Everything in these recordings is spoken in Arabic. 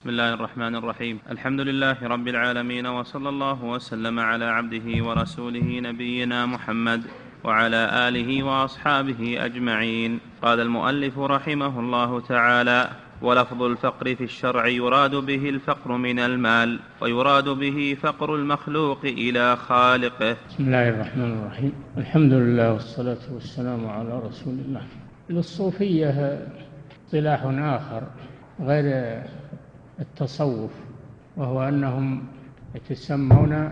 بسم الله الرحمن الرحيم. الحمد لله رب العالمين، وصلى الله وسلم على عبده ورسوله نبينا محمد وعلى آله وأصحابه أجمعين. قال المؤلف رحمه الله تعالى: ولفظ الفقر في الشرع يراد به الفقر من المال، ويراد به فقر المخلوق إلى خالقه. بسم الله الرحمن الرحيم. الحمد لله والصلاة والسلام على رسول الله. للصوفية اصطلاح آخر غير التصوف، وهو أنهم يتسمون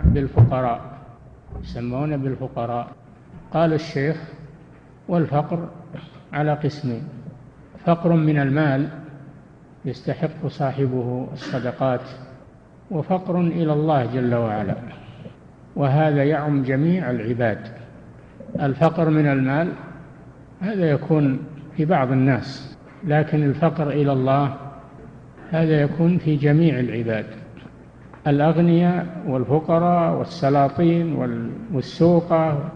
بالفقراء. قال الشيخ: والفقر على قسمين: فقر من المال يستحق صاحبه الصدقات، وفقر إلى الله جل وعلا، وهذا يعم جميع العباد. الفقر من المال هذا يكون في بعض الناس، لكن الفقر إلى الله هذا يكون في جميع العباد: الأغنياء والفقراء والسلاطين والسوقة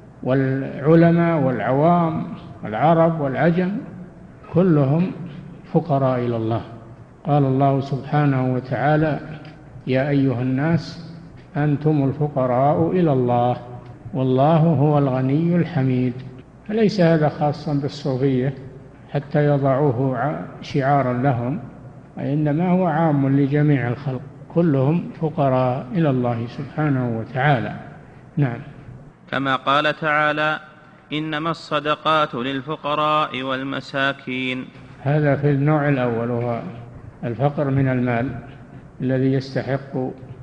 والعلماء والعوام، العرب والعجم، كلهم فقراء إلى الله. قال الله سبحانه وتعالى: يا أيها الناس أنتم الفقراء إلى الله والله هو الغني الحميد. فليس هذا خاصا بالصوفية حتى يضعوه شعارا لهم، وإنما هو عام لجميع الخلق، كلهم فقراء إلى الله سبحانه وتعالى. نعم. كما قال تعالى: إنما الصدقات للفقراء والمساكين. هذا في النوع الأول، وهو الفقر من المال الذي يستحق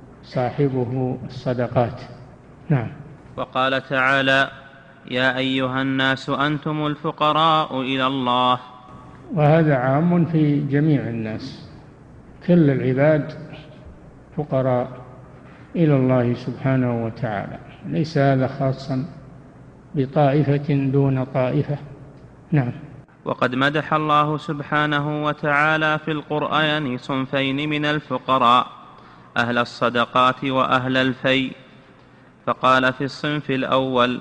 صاحبه الصدقات. نعم. وقال تعالى: يا أيها الناس أنتم الفقراء إلى الله. وهذا عام في جميع الناس، كل العباد فقراء إلى الله سبحانه وتعالى، ليس هذا خاصا بطائفة دون طائفة. نعم. وقد مدح الله سبحانه وتعالى في القرآن صنفين من الفقراء: أهل الصدقات وأهل الفي. فقال في الصنف الأول: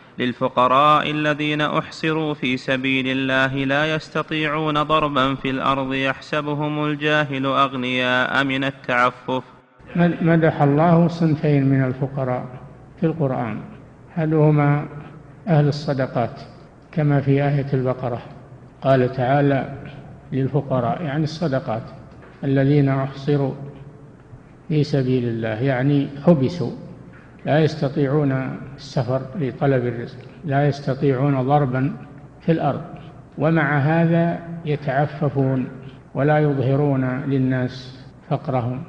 للفقراء الذين أحصروا في سبيل الله لا يستطيعون ضربا في الأرض يحسبهم الجاهل أغنياء من التعفف. مدح الله صنفين من الفقراء في القرآن، هل هما أهل الصدقات كما في آية البقرة، قال تعالى: للفقراء يعني الصدقات الذين أحصروا في سبيل الله، يعني حبسوا لا يستطيعون السفر لطلب الرزق، لا يستطيعون ضربا في الأرض، ومع هذا يتعففون ولا يظهرون للناس فقرهم،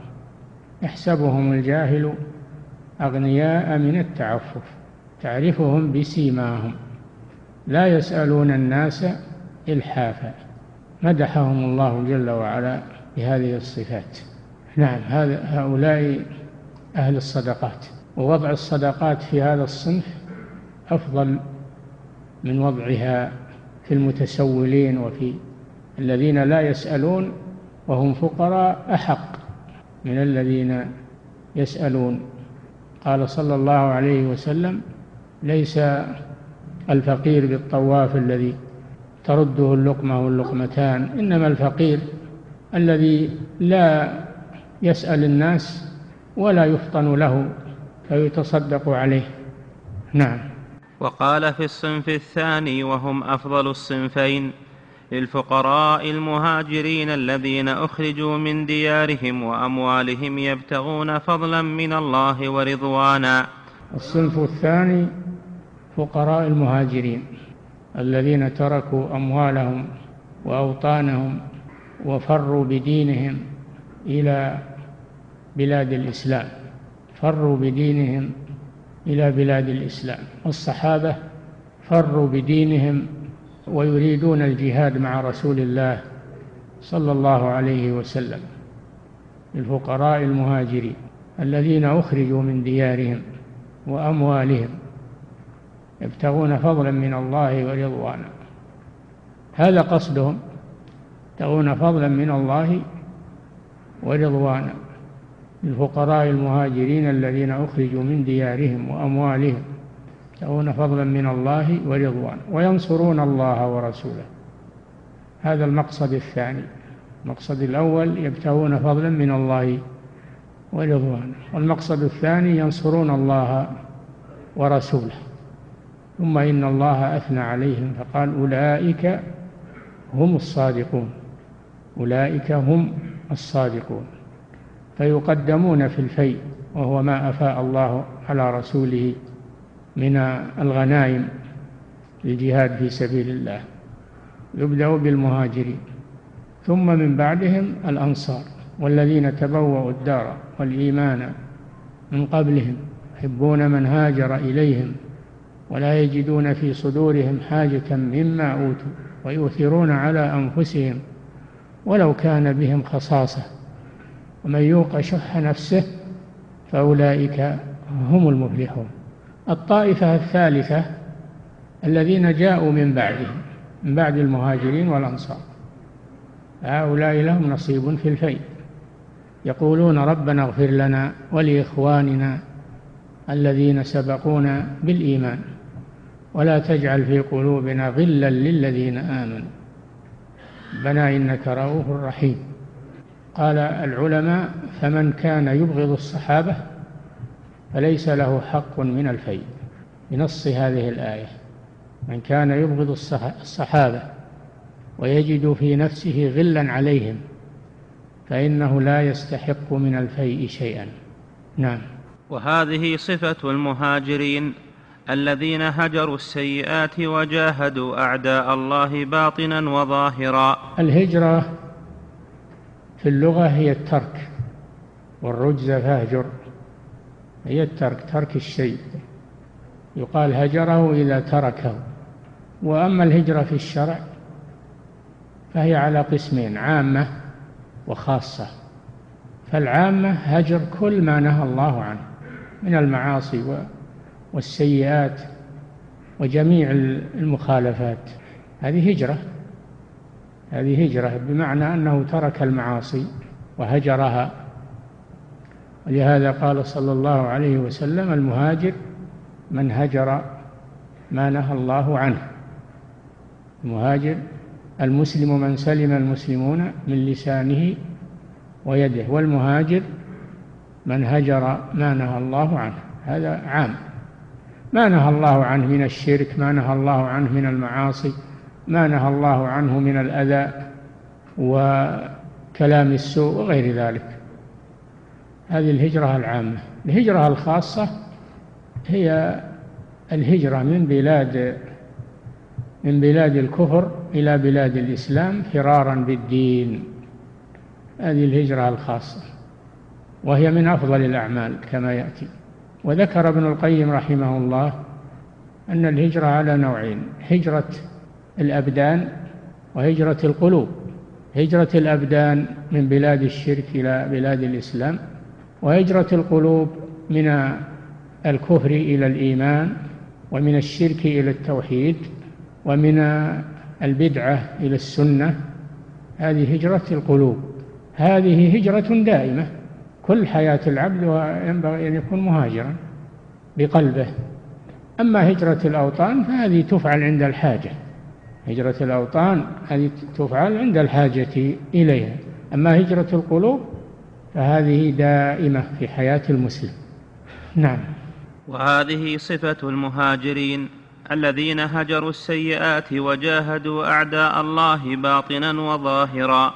يحسبهم الجاهل أغنياء من التعفف، تعرفهم بسيماهم لا يسألون الناس إلحافا. مدحهم الله جل وعلا بهذه الصفات. نعم. هؤلاء أهل الصدقات، ووضع الصدقات في هذا الصنف أفضل من وضعها في المتسولين وفي الذين لا يسألون وهم فقراء، أحق من الذين يسألون. قال صلى الله عليه وسلم: ليس الفقير بالطواف الذي ترده اللقمة واللقمتان، إنما الفقير الذي لا يسأل الناس ولا يفطن له فيتصدق عليه. نعم. وقال في الصنف الثاني وهم أفضل الصنفين: للفقراء المهاجرين الذين أخرجوا من ديارهم وأموالهم يبتغون فضلا من الله ورضوانا. الصنف الثاني فقراء المهاجرين الذين تركوا أموالهم وأوطانهم وفروا بدينهم إلى بلاد الإسلام، فروا بدينهم إلى بلاد الإسلام. والصحابة فروا بدينهم ويريدون الجهاد مع رسول الله صلى الله عليه وسلم. الفقراء المهاجرين الذين أخرجوا من ديارهم وأموالهم يبتغون فضلا من الله ورضوانا، هذا قصدهم، يبتغون فضلا من الله ورضوانا. الفقراء المهاجرين الذين أخرجوا من ديارهم وأموالهم يبتغون فضلا من الله ورضوانا وينصرون الله ورسوله، هذا المقصد الثاني. المقصد الأول يبتغون فضلا من الله ورضوانه، والمقصد الثاني ينصرون الله ورسوله. ثم إن الله أثنى عليهم فقال أولئك هم الصادقون، أولئك هم الصادقون، فيقدمون في الفيء وهو ما أفاء الله على رسوله من الغنائم للجهاد في سبيل الله. يبدأ بالمهاجرين، ثم من بعدهم الأنصار والذين تبوأوا الدار والإيمان من قبلهم يحبون من هاجر إليهم ولا يجدون في صدورهم حاجة مما أوتوا ويؤثرون على أنفسهم ولو كان بهم خصاصة ومن يوق شح نفسه فأولئك هم المفلحون. الطائفة الثالثة الذين جاءوا من بعدهم، من بعد المهاجرين والأنصار، هؤلاء لهم نصيب في الفيء، يقولون ربنا اغفر لنا ولإخواننا الذين سبقونا بالإيمان ولا تجعل في قلوبنا غلا للذين آمنوا ربنا إنك رؤوف رحيم. قال العلماء فمن كان يبغض الصحابة فليس له حق من الفيء بنص هذه الآية. من كان يبغض الصحابة ويجد في نفسه غلا عليهم فإنه لا يستحق من الفيء شيئا. نعم. وهذه صفة المهاجرين الذين هجروا السيئات وجاهدوا أعداء الله باطنا وظاهرا. الهجرة في اللغة هي الترك، والرجز فاهجر، هي الترك، ترك الشيء، يقال هجره إذا تركه. وأما الهجرة في الشرع فهي على قسمين، عامة وخاصة. فالعامة هجر كل ما نهى الله عنه من المعاصي والسيئات وجميع المخالفات، هذه هجرة، هذه هجرة بمعنى أنه ترك المعاصي وهجرها. ولهذا قال صلى الله عليه وسلم المهاجر من هجر ما نهى الله عنه. المهاجر المسلم من سلم المسلمون من لسانه ويده، والمهاجر من هجر ما نهى الله عنه. هذا عام، ما نهى الله عنه من الشرك، ما نهى الله عنه من المعاصي، ما نهى الله عنه من الأذى وكلام السوء وغير ذلك. هذه الهجرة العامة. الهجرة الخاصة هي الهجرة من بلاد الكفر إلى بلاد الإسلام فرارا بالدين، هذه الهجرة الخاصة، وهي من أفضل الأعمال كما يأتي. وذكر ابن القيم رحمه الله أن الهجرة على نوعين: هجرة الأبدان وهجرة القلوب. هجرة الأبدان من بلاد الشرك إلى بلاد الإسلام، وهجرة القلوب من الكفر إلى الإيمان، ومن الشرك إلى التوحيد، ومن البدعة إلى السنة. هذه هجرة القلوب، هذه هجرة دائمة كل حياة العبد، وينبغي أن يكون مهاجرا بقلبه. أما هجرة الأوطان فهذه تفعل عند الحاجة، هجرة الأوطان هذه تفعل عند الحاجة إليها. أما هجرة القلوب فهذه دائمة في حياة المسلم. نعم. وهذه صفة المهاجرين الذين هجروا السيئات وجاهدوا أعداء الله باطنا وظاهرا.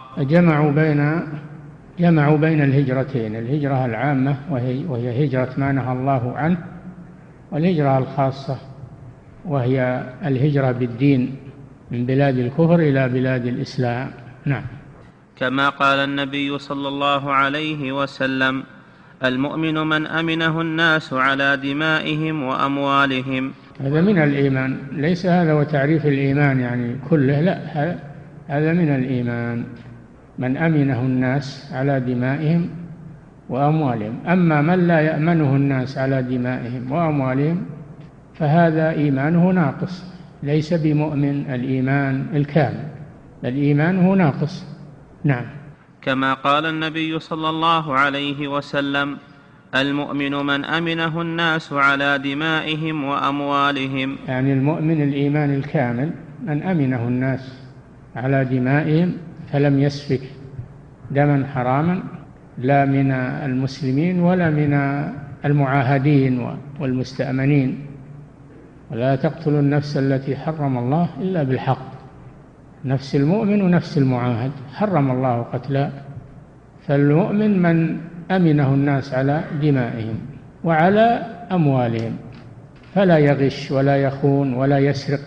جمعوا بين الهجرتين، الهجرة العامة وهي هجرة ما نهى الله عنه، والهجرة الخاصة وهي الهجرة بالدين من بلاد الكفر إلى بلاد الإسلام. نعم. كما قال النبي صلى الله عليه وسلم: المؤمن من أمنه الناس على دمائهم وأموالهم. هذا من الإيمان، ليس هذا وتعريف الإيمان يعني كله، لا، هذا من الإيمان، من أمنه الناس على دمائهم وأموالهم. أما من لا يأمنه الناس على دمائهم وأموالهم فهذا إيمانه ناقص، ليس بمؤمن الإيمان الكامل، الإيمان هو ناقص. نعم. كما قال النبي صلى الله عليه وسلم: المؤمن من أمنه الناس على دمائهم وأموالهم. يعني المؤمن الإيمان الكامل من أمنه الناس على دمائهم فلم يسفك دما حراما لا من المسلمين ولا من المعاهدين والمستأمنين. ولا تقتلوا النفس التي حرم الله إلا بالحق، نفس المؤمن ونفس المعاهد حرم الله قتلها. فالمؤمن من أمنه الناس على دمائهم وعلى أموالهم، فلا يغش ولا يخون ولا يسرق.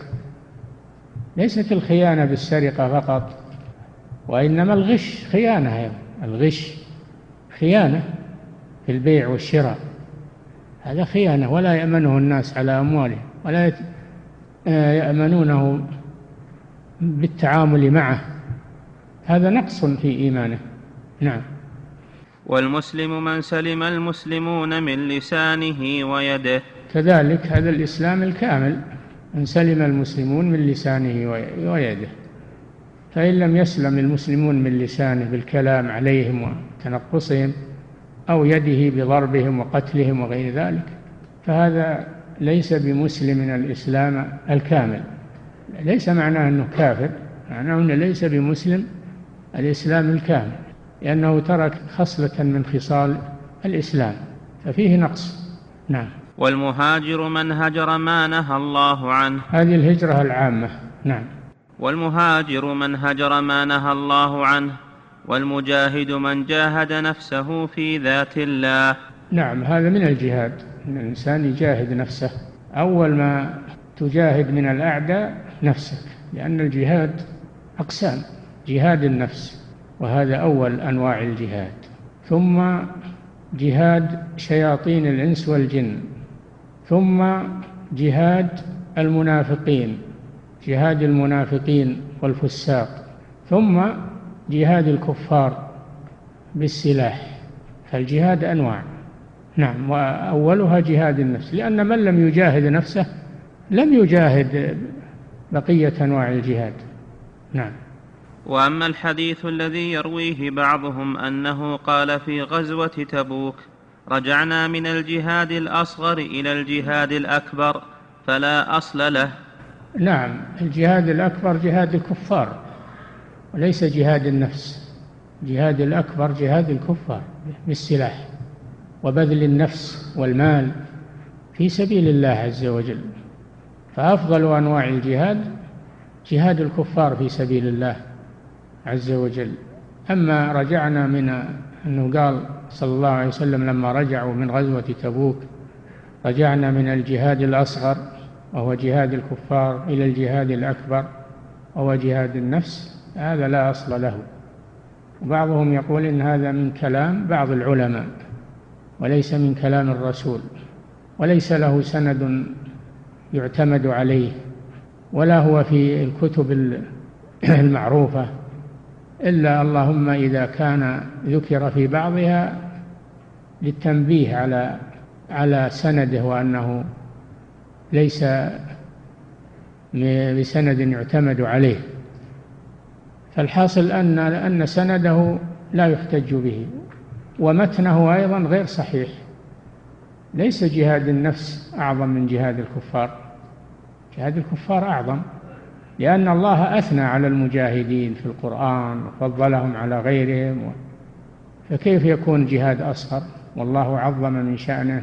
ليست الخيانة بالسرقة فقط، وإنما الغش خيانة. الغش خيانة في البيع والشراء، هذا خيانة. ولا يأمنه الناس على أموالهم ولا يأمنونه بالتعامل معه، هذا نقص في إيمانه. نعم. والمسلم من سلم المسلمون من لسانه ويده، كذلك هذا الإسلام الكامل، من سلم المسلمون من لسانه ويده. فإن لم يسلم المسلمون من لسانه بالكلام عليهم وتنقصهم، أو يده بضربهم وقتلهم وغير ذلك، فهذا ليس بمسلم من الإسلام الكامل. ليس معناه أنه كافر، معناه أنه ليس بمسلم الإسلام الكامل، لأنه ترك خصلة من خصال الإسلام، ففيه نقص. نعم. والمهاجر من هجر ما نهى الله عنه، هذه الهجرة العامة. نعم. والمهاجر من هجر ما نهى الله عنه، والمجاهد من جاهد نفسه في ذات الله. نعم، هذا من الجهاد، أن الإنسان يجاهد نفسه. أول ما تجاهد من الأعداء نفسك، لأن الجهاد أقسام: جهاد النفس، وهذا أول أنواع الجهاد، ثم جهاد شياطين الإنس والجن، ثم جهاد المنافقين، جهاد المنافقين والفساق، ثم جهاد الكفار بالسلاح. فالجهاد أنواع. نعم. وأولها جهاد النفس، لأن من لم يجاهد نفسه لم يجاهد بقية أنواع الجهاد. نعم. وأما الحديث الذي يرويه بعضهم أنه قال في غزوة تبوك: رجعنا من الجهاد الأصغر إلى الجهاد الأكبر، فلا أصل له. نعم، الجهاد الأكبر جهاد الكفار وليس جهاد النفس. جهاد الأكبر جهاد الكفار بالسلاح وبذل النفس والمال في سبيل الله عز وجل. فأفضل أنواع الجهاد جهاد الكفار في سبيل الله عز وجل. أما رجعنا من أنه قال صلى الله عليه وسلم لما رجعوا من غزوة تبوك: رجعنا من الجهاد الأصغر وهو جهاد الكفار إلى الجهاد الأكبر وهو جهاد النفس، هذا لا أصل له. وبعضهم يقول إن هذا من كلام بعض العلماء وليس من كلام الرسول، وليس له سند يعتمد عليه، ولا هو في الكتب المعروفة، إلا اللهم إذا كان ذكر في بعضها للتنبيه على سنده وأنه ليس بسند يعتمد عليه. فالحاصل أن سنده لا يحتج به، ومتنه أيضا غير صحيح. ليس جهاد النفس أعظم من جهاد الكفار، جهاد الكفار أعظم، لأن الله أثنى على المجاهدين في القرآن وفضلهم على غيرهم، فكيف يكون جهاد أصغر والله عظم من شأنه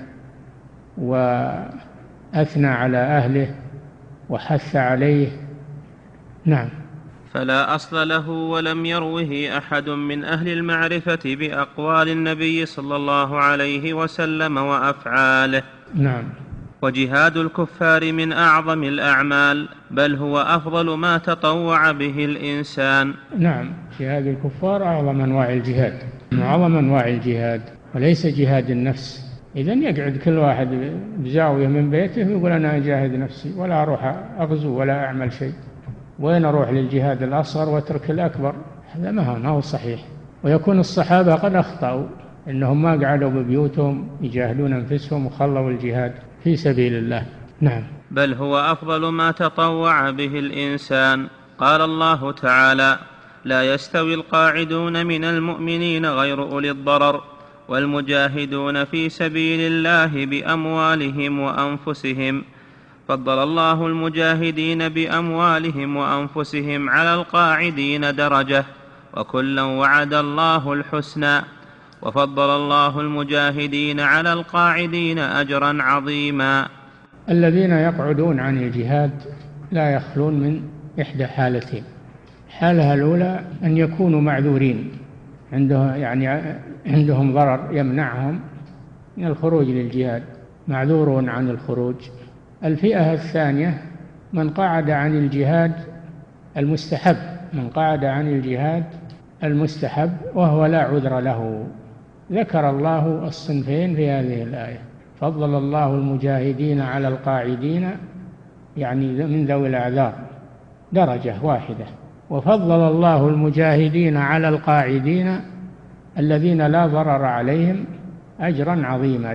وأثنى على أهله وحث عليه. نعم. فلا أصل له، ولم يروه أحد من أهل المعرفة بأقوال النبي صلى الله عليه وسلم وأفعاله. نعم. وجهاد الكفار من أعظم الأعمال، بل هو أفضل ما تطوع به الإنسان. نعم، جهاد الكفار أعظم أنواع الجهاد، أعظم أنواع الجهاد، وليس جهاد النفس. إذن يقعد كل واحد بزاوية من بيته ويقول أنا أجاهد نفسي ولا أروح أغزو ولا أعمل شيء، وين أروح للجهاد الأصغر واترك الأكبر؟ هذا ما هو صحيح. ويكون الصحابة قد أخطأوا، إنهم ما قعدوا ببيوتهم يجاهدون أنفسهم وخلوا الجهاد في سبيل الله. نعم. بل هو أفضل ما تطوع به الإنسان. قال الله تعالى: لا يستوي القاعدون من المؤمنين غير أولي الضرر والمجاهدون في سبيل الله بأموالهم وأنفسهم. فضل الله المجاهدين بأموالهم وأنفسهم على القاعدين درجة، وكلا وعد الله الحسنى. وفضل الله المجاهدين على القاعدين أجرا عظيما. الذين يقعدون عن الجهاد لا يخلون من إحدى حالتين: الحالة الأولى أن يكونوا معذورين، عندهم ضرر يمنعهم من الخروج للجهاد، معذورون عن الخروج. الفئة الثانية من قعد عن الجهاد المستحب، وهو لا عذر له. ذكر الله الصنفين في هذه الآية: فضل الله المجاهدين على القاعدين، يعني من ذوي الأعذار درجة واحدة، وفضل الله المجاهدين على القاعدين الذين لا ضرر عليهم أجرا عظيما،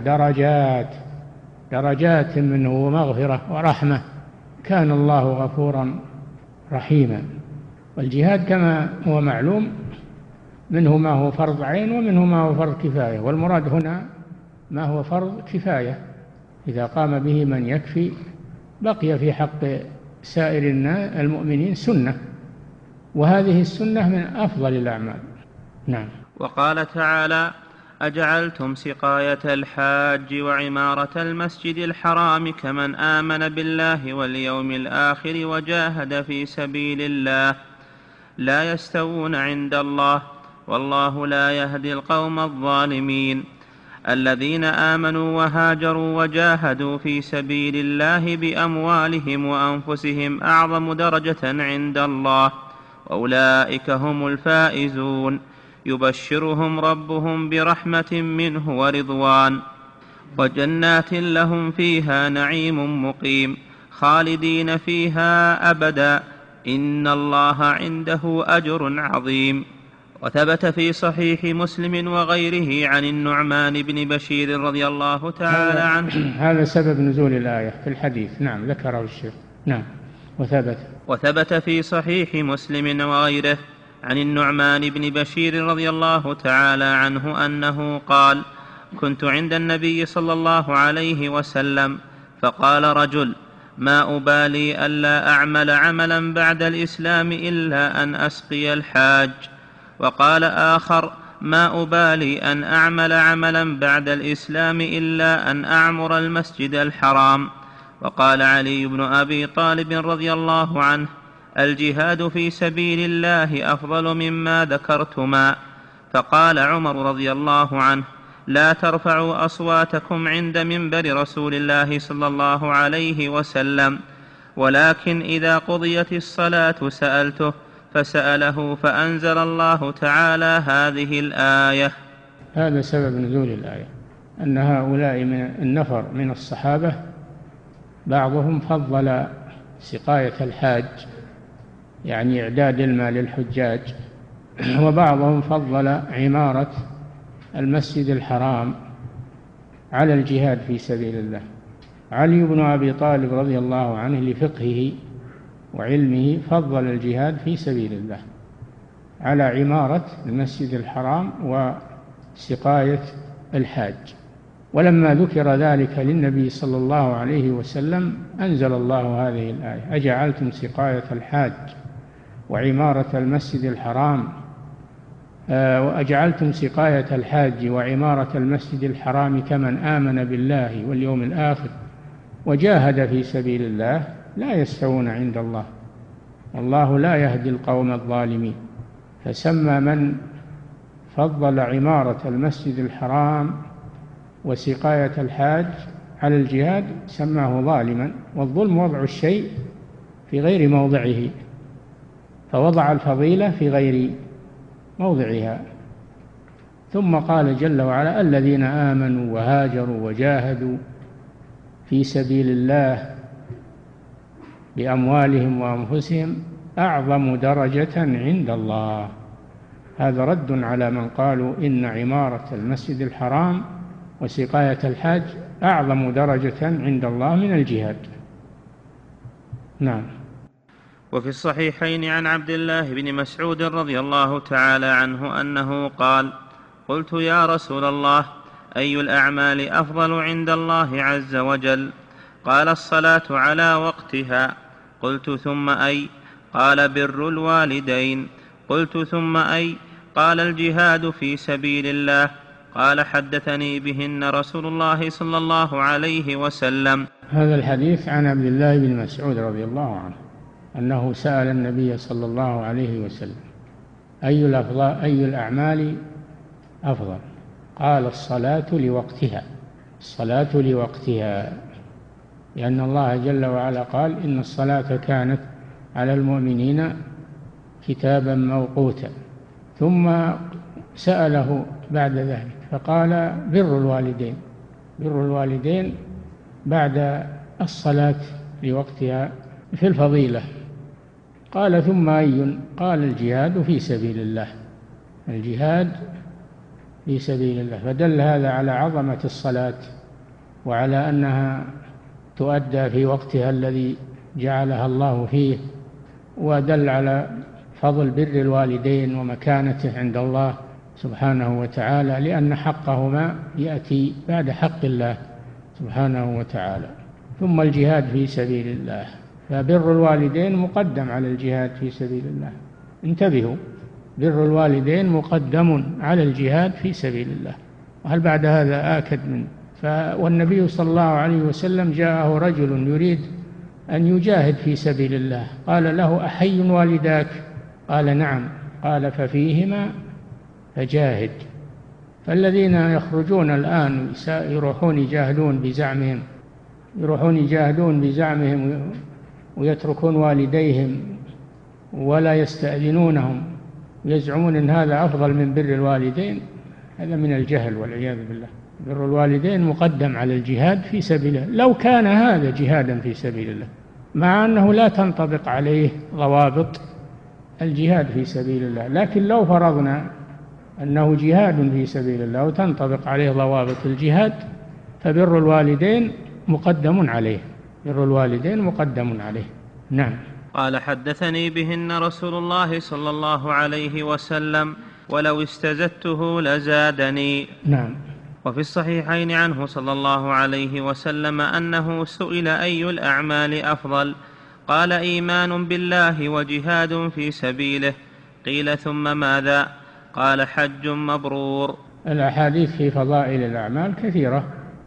درجات منه ومغفرة ورحمة، كان الله غفورا رحيما. والجهاد كما هو معلوم منه ما هو فرض عين ومنه ما هو فرض كفاية، والمراد هنا ما هو فرض كفاية، إذا قام به من يكفي بقي في حق سائر المؤمنين سنة، وهذه السنة من أفضل الأعمال. نعم. وقال تعالى: أجعلتم سقاية الحاج وعمارة المسجد الحرام كمن آمن بالله واليوم الآخر وجاهد في سبيل الله لا يستوون عند الله والله لا يهدي القوم الظالمين. الذين آمنوا وهاجروا وجاهدوا في سبيل الله بأموالهم وأنفسهم أعظم درجة عند الله وأولئك هم الفائزون. يبشرهم ربهم برحمة منه ورضوان وجنات لهم فيها نعيم مقيم خالدين فيها أبدا إن الله عنده أجر عظيم. وثبت في صحيح مسلم وغيره عن النعمان بن بشير رضي الله تعالى عنه. هذا سبب نزول الآية في الحديث. نعم، ذكره الشيخ. نعم. وثبت في صحيح مسلم وغيره عن النعمان بن بشير رضي الله تعالى عنه أنه قال: كنت عند النبي صلى الله عليه وسلم فقال رجل: ما أبالي ألا أعمل عملا بعد الإسلام إلا أن أسقي الحاج. وقال آخر: ما أبالي أن أعمل عملا بعد الإسلام إلا أن أعمر المسجد الحرام. وقال علي بن أبي طالب رضي الله عنه: الجهاد في سبيل الله أفضل مما ذكرتما. فقال عمر رضي الله عنه: لا ترفعوا أصواتكم عند منبر رسول الله صلى الله عليه وسلم، ولكن إذا قضيت الصلاة سألته، فسأله فأنزل الله تعالى هذه الآية. هذا سبب نزول الآية، أن هؤلاء من النفر من الصحابة بعضهم فضل سقاية الحاج، يعني إعداد المال للحجاج، وبعضهم فضل عمارة المسجد الحرام على الجهاد في سبيل الله. علي بن أبي طالب رضي الله عنه لفقهه وعلمه فضل الجهاد في سبيل الله على عمارة المسجد الحرام وسقاية الحاج. ولما ذكر ذلك للنبي صلى الله عليه وسلم أنزل الله هذه الآية: أجعلتم سقاية الحاج وعمارة المسجد الحرام وأجعلتم سقاية الحاج وعمارة المسجد الحرام كمن آمن بالله واليوم الآخر وجاهد في سبيل الله لا يستوون عند الله والله لا يهدي القوم الظالمين. فسمى من فضل عمارة المسجد الحرام وسقاية الحاج على الجهاد سماه ظالما، والظلم وضع الشيء في غير موضعه، فوضع الفضيلة في غير موضعها. ثم قال جل وعلا: الذين آمنوا وهاجروا وجاهدوا في سبيل الله بأموالهم وأنفسهم أعظم درجة عند الله. هذا رد على من قالوا إن عمارة المسجد الحرام وسقاية الحاج أعظم درجة عند الله من الجهاد. نعم. وفي الصحيحين عن عبد الله بن مسعود رضي الله تعالى عنه أنه قال: قلت يا رسول الله أي الأعمال أفضل عند الله عز وجل؟ قال: الصلاة على وقتها. قلت: ثم أي؟ قال: بر الوالدين. قلت ثم أي؟ قال الجهاد في سبيل الله. قال حدثني بهن رسول الله صلى الله عليه وسلم. هذا الحديث عن عبد الله بن مسعود رضي الله عنه أنه سأل النبي صلى الله عليه وسلم أي الأعمال أفضل؟ قال الصلاة لوقتها، الصلاة لوقتها، لأن الله جل وعلا قال إن الصلاة كانت على المؤمنين كتابا موقوتا. ثم سأله بعد ذلك فقال بر الوالدين، بر الوالدين بعد الصلاة لوقتها في الفضيلة. قال ثم أي؟ قال الجهاد في سبيل الله، الجهاد في سبيل الله. فدل هذا على عظمة الصلاة وعلى أنها تؤدى في وقتها الذي جعلها الله فيه، ودل على فضل بر الوالدين ومكانته عند الله سبحانه وتعالى، لأن حقهما يأتي بعد حق الله سبحانه وتعالى. ثم الجهاد في سبيل الله، فبر الوالدين مقدم على الجهاد في سبيل الله. انتبهوا، بر الوالدين مقدم على الجهاد في سبيل الله. وهل بعد هذا آكد منه؟ والنبي صلى الله عليه وسلم جاءه رجل يريد أن يجاهد في سبيل الله، قال له أحي والداك؟ قال نعم. قال ففيهما فجاهد. فالذين يخرجون الآن يروحون يجاهدون بزعمهم ويتركون والديهم ولا يستأذنونهم، يزعمون أن هذا أفضل من بر الوالدين، هذا من الجهل والعياذ بالله. بر الوالدين مقدم على الجهاد في سبيل الله، لو كان هذا جهادا في سبيل الله، مع أنه لا تنطبق عليه ضوابط الجهاد في سبيل الله. لكن لو فرضنا أنه جهاد في سبيل الله وتنطبق عليه ضوابط الجهاد، فبر الوالدين مقدم عليه، بر الوالدين مقدم عليه. نعم. قال حدثني بهن رسول الله صلى الله عليه وسلم ولو استزدته لزادني. نعم. وفي الصحيحين عنه صلى الله عليه وسلم أنه سئل أي الأعمال أفضل؟ قال إيمان بالله وجهاد في سبيله. قيل ثم ماذا؟ قال حج مبرور. الأحاديث في فضائل الأعمال كثيرة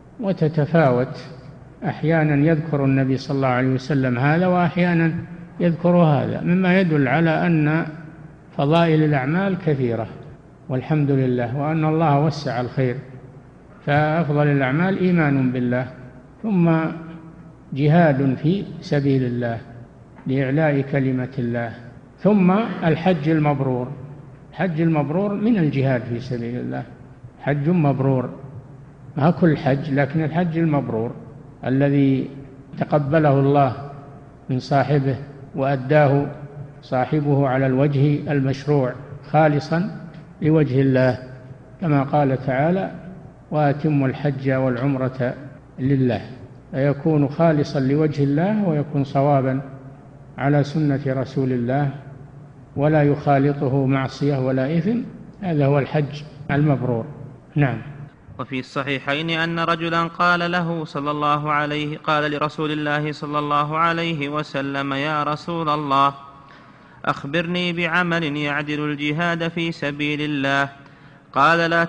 وتتفاوت، أحيانا يذكر النبي صلى الله عليه وسلم هذا وأحيانا يذكر هذا، مما يدل على أن فضائل الأعمال كثيرة والحمد لله، وأن الله وسع الخير. فأفضل الأعمال إيمان بالله، ثم جهاد في سبيل الله لإعلاء كلمة الله، ثم الحج المبرور. الحج المبرور من الجهاد في سبيل الله، حج مبرور، ما كل حج، لكن الحج المبرور الذي تقبله الله من صاحبه وأداه صاحبه على الوجه المشروع خالصا لوجه الله، كما قال تعالى وأتموا الحج والعمرة لله، فيكون خالصا لوجه الله ويكون صوابا على سنة رسول الله، ولا يخالطه معصية ولا إثم. هذا هو الحج المبرور. نعم. وفي الصحيحين أن رجلا قال لرسول الله صلى الله عليه وسلم يا رسول الله أخبرني بعمل يعدل الجهاد في سبيل الله. قال لا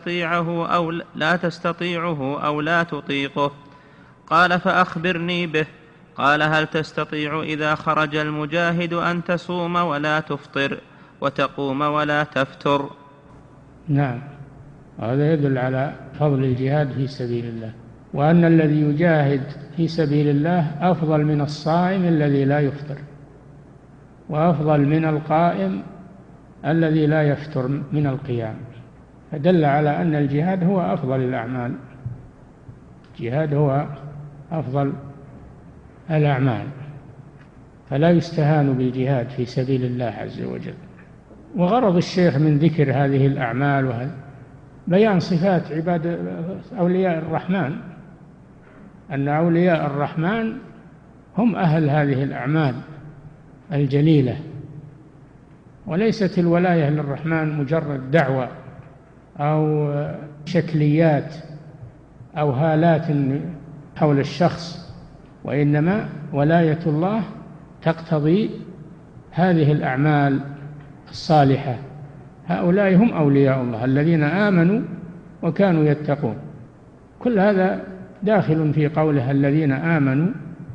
تستطيعه أو لا تطيقه. قال فأخبرني به. قال هل تستطيع إذا خرج المجاهد أن تصوم ولا تفطر وتقوم ولا تفتر؟ نعم، هذا يدل على فضل الجهاد في سبيل الله، وأن الذي يجاهد في سبيل الله أفضل من الصائم الذي لا يفطر، وأفضل من القائم الذي لا يفتر من القيام. فدل على أن الجهاد هو أفضل الأعمال، الجهاد هو أفضل الأعمال، فلا يستهان بالجهاد في سبيل الله عز وجل. وغرض الشيخ من ذكر هذه الأعمال بيان صفات أولياء الرحمن، أن أولياء الرحمن هم أهل هذه الأعمال الجليلة، وليست الولاية للرحمن مجرد دعوة أو شكليات أو هالات حول الشخص، وإنما ولاية الله تقتضي هذه الأعمال الصالحة. هؤلاء هم أولياء الله الذين آمنوا وكانوا يتقون. كل هذا داخل في قوله الذين آمنوا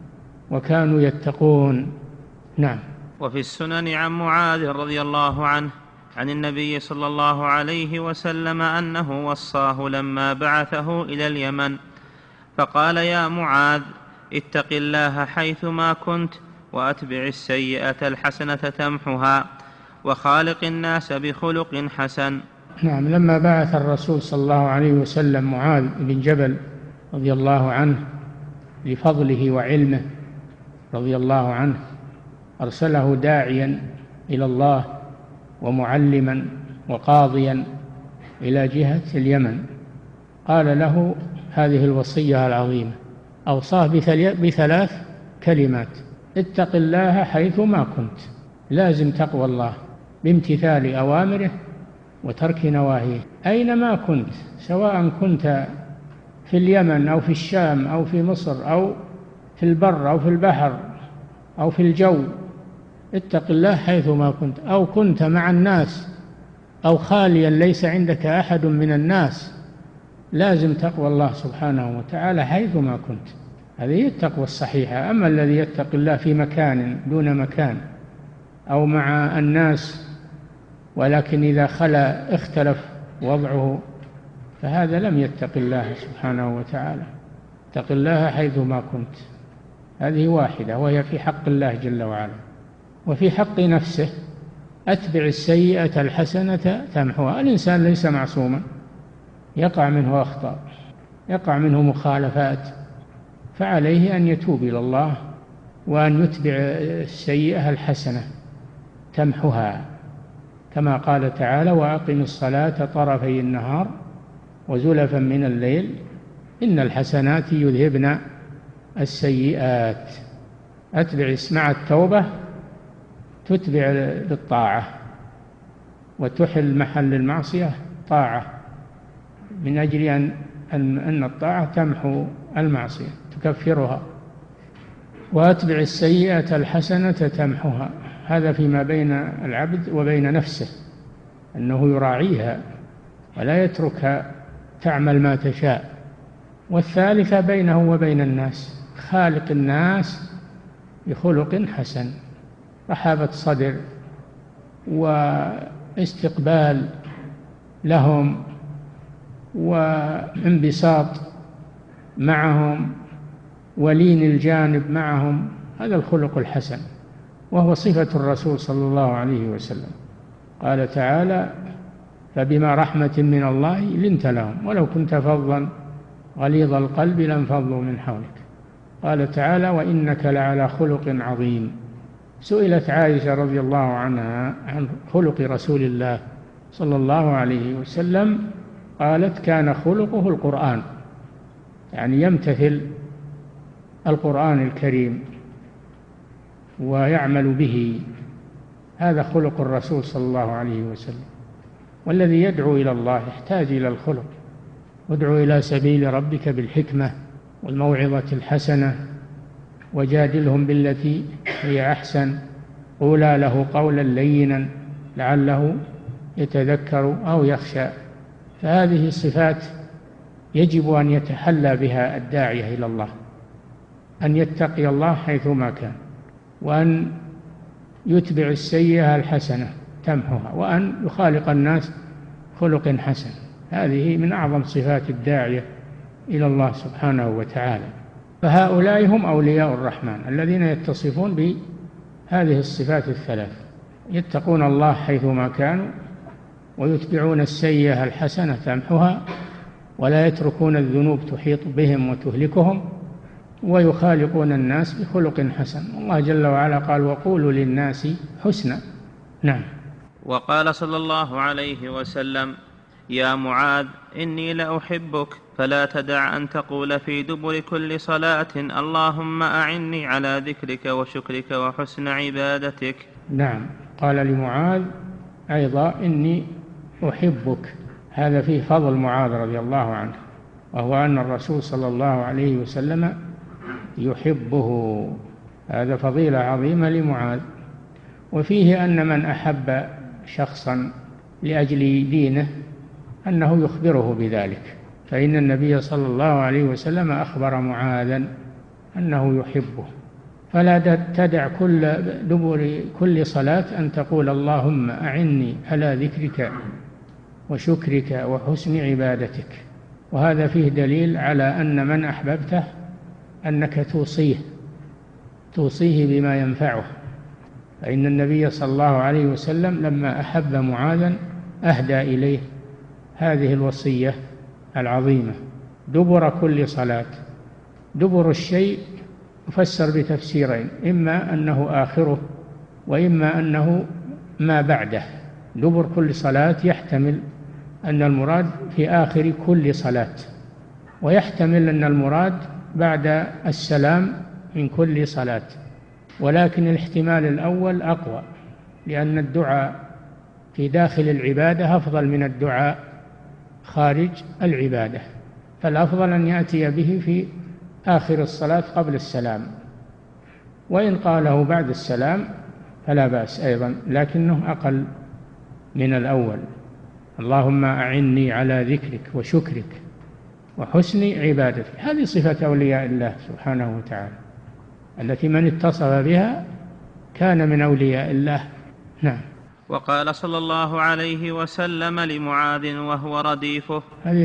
وكانوا يتقون. نعم. وفي السنن عن معاذ رضي الله عنه عن النبي صلى الله عليه وسلم أنه وصاه لما بعثه إلى اليمن فقال: يا معاذ، اتق الله حيثما كنت، وأتبع السيئة الحسنة تمحها، وخالق الناس بخلق حسن. نعم. لما بعث الرسول صلى الله عليه وسلم معاذ بن جبل رضي الله عنه لفضله وعلمه رضي الله عنه، أرسله داعيا إلى الله ومعلما وقاضيا إلى جهة اليمن. قال له هذه الوصية العظيمة، أوصاه بثلاث كلمات: اتق الله حيثما كنت، لازم تقوى الله بامتثال أوامره وترك نواهيه أينما كنت، سواء كنت في اليمن أو في الشام أو في مصر أو في البر أو في البحر أو في الجو. اتق الله حيثما كنت، أو كنت مع الناس أو خاليا ليس عندك أحد من الناس، لازم تقوى الله سبحانه وتعالى حيثما كنت. هذه هي التقوى الصحيحة. أما الذي يتقي الله في مكان دون مكان أو مع الناس ولكن إذا خلا اختلف وضعه، فهذا لم يتق الله سبحانه وتعالى. اتق الله حيثما كنت، هذه واحدة، وهي في حق الله جل وعلا. وفي حق نفسه: أتبع السيئة الحسنة تمحوها. الإنسان ليس معصوما، يقع منه أخطاء، يقع منه مخالفات، فعليه أن يتوب إلى الله وأن يتبع السيئة الحسنة تمحها، كما قال تعالى: وأقم الصلاة طرفي النهار وزلفا من الليل إن الحسنات يذهبن السيئات. أتبع مع التوبة تتبع بالطاعة وتحل محل المعصية طاعة، من أجل أن الطاعة تمحو المعصية تكفرها. وأتبع السيئة الحسنة تمحها، هذا فيما بين العبد وبين نفسه، أنه يراعيها ولا يتركها تعمل ما تشاء. والثالثة بينه وبين الناس: خالق الناس بخلق حسن، رحابة صدر واستقبال لهم وانبساط معهم ولين الجانب معهم، هذا الخلق الحسن، وهو صفة الرسول صلى الله عليه وسلم. قال تعالى: فبما رحمة من الله لنت لهم ولو كنت فظا غليظ القلب لانفضوا من حولك. قال تعالى: وإنك لعلى خلق عظيم. سئلت عائشة رضي الله عنها عن خلق رسول الله صلى الله عليه وسلم، قالت: كان خلقه القرآن، يعني يمتثل القرآن الكريم ويعمل به، هذا خلق الرسول صلى الله عليه وسلم. والذي يدعو إلى الله يحتاج إلى الخلق. وادعو إلى سبيل ربك بالحكمة والموعظة الحسنة وجادلهم بالتي هي أحسن، قولا له قولا لينا لعله يتذكر أو يخشى. فهذه الصفات يجب أن يتحلى بها الداعية إلى الله: أن يتقي الله حيثما كان، وأن يتبع السيئة الحسنة تمحها، وأن يخالق الناس خلق حسن. هذه من أعظم صفات الداعية إلى الله سبحانه وتعالى. فهؤلاء هم أولياء الرحمن الذين يتصفون بهذه الصفات الثلاث: يتقون الله حيثما كانوا، ويتبعون السيئة الحسنة تمحها، ولا يتركون الذنوب تحيط بهم وتهلكهم، ويخالقون الناس بخلق حسن. الله جل وعلا قال: وقولوا للناس حسنا. نعم. وقال صلى الله عليه وسلم: يا معاذ، إني لأحبك، فلا تدع أن تقول في دبر كل صلاة: اللهم أعني على ذكرك وشكرك وحسن عبادتك. نعم. قال لمعاذ أيضا: إني أحبك. هذا فيه فضل معاذ رضي الله عنه، وهو أن الرسول صلى الله عليه وسلم يحبه. هذا فضيلة عظيمة لمعاذ. وفيه أن من أحب شخصا لأجل دينه أنه يخبره بذلك، فإن النبي صلى الله عليه وسلم أخبر معاذا أنه يحبه. فلا تدع دبر كل صلاة أن تقول اللهم أعني على ذكرك وشكرك وحسن عبادتك. وهذا فيه دليل على أن من أحببته أنك توصيه بما ينفعه، فإن النبي صلى الله عليه وسلم لما أحب معاذا أهدى إليه هذه الوصية العظيمة: دبر كل صلاة. دبر الشيء يفسر بتفسيرين: إما أنه آخره، وإما أنه ما بعده. دبر كل صلاة يحتمل أن المراد في آخر كل صلاة، ويحتمل أن المراد بعد السلام من كل صلاة، ولكن الاحتمال الأول أقوى، لأن الدعاء في داخل العبادة أفضل من الدعاء خارج العبادة، فالأفضل أن يأتي به في آخر الصلاة قبل السلام، وإن قاله بعد السلام فلا بأس أيضا، لكنه أقل من الأول: اللهم أعني على ذكرك وشكرك وحسن عبادتك. هذه صفة أولياء الله سبحانه وتعالى التي من اتصف بها كان من أولياء الله. نعم. وقال صلى الله عليه وسلم لمعاذ وهو رديفه. هذه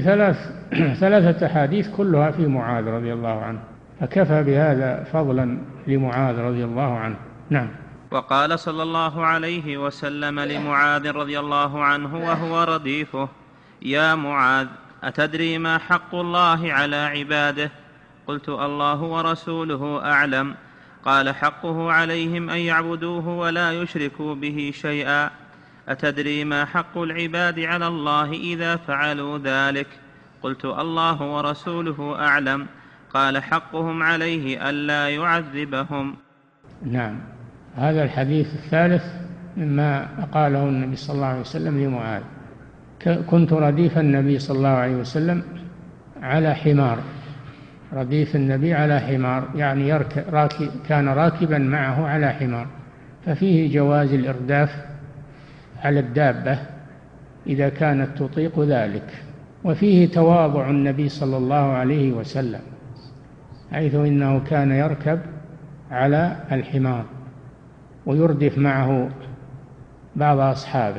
ثلاثة أحاديث كلها في معاذ رضي الله عنه، فكفى بهذا فضلا لمعاذ رضي الله عنه. نعم. وقال صلى الله عليه وسلم لمعاذ رضي الله عنه وهو رديفه: يا معاذ، أتدري ما حق الله على عباده؟ قلت: الله ورسوله أعلم. قال: حقه عليهم أن يعبدوه ولا يشركوا به شيئا. أتدري ما حق العباد على الله إذا فعلوا ذلك؟ قلت: الله ورسوله أعلم. قال: حقهم عليه ألا يعذبهم. نعم. هذا الحديث الثالث مما قاله النبي صلى الله عليه وسلم لمعاذ: كنت رديف النبي صلى الله عليه وسلم على حمار. رديف النبي على حمار يعني كان راكبا معه على حمار، ففيه جواز الإرداف على الدابة إذا كانت تطيق ذلك، وفيه تواضع النبي صلى الله عليه وسلم، حيث إنه كان يركب على الحمار ويردف معه بعض أصحابه.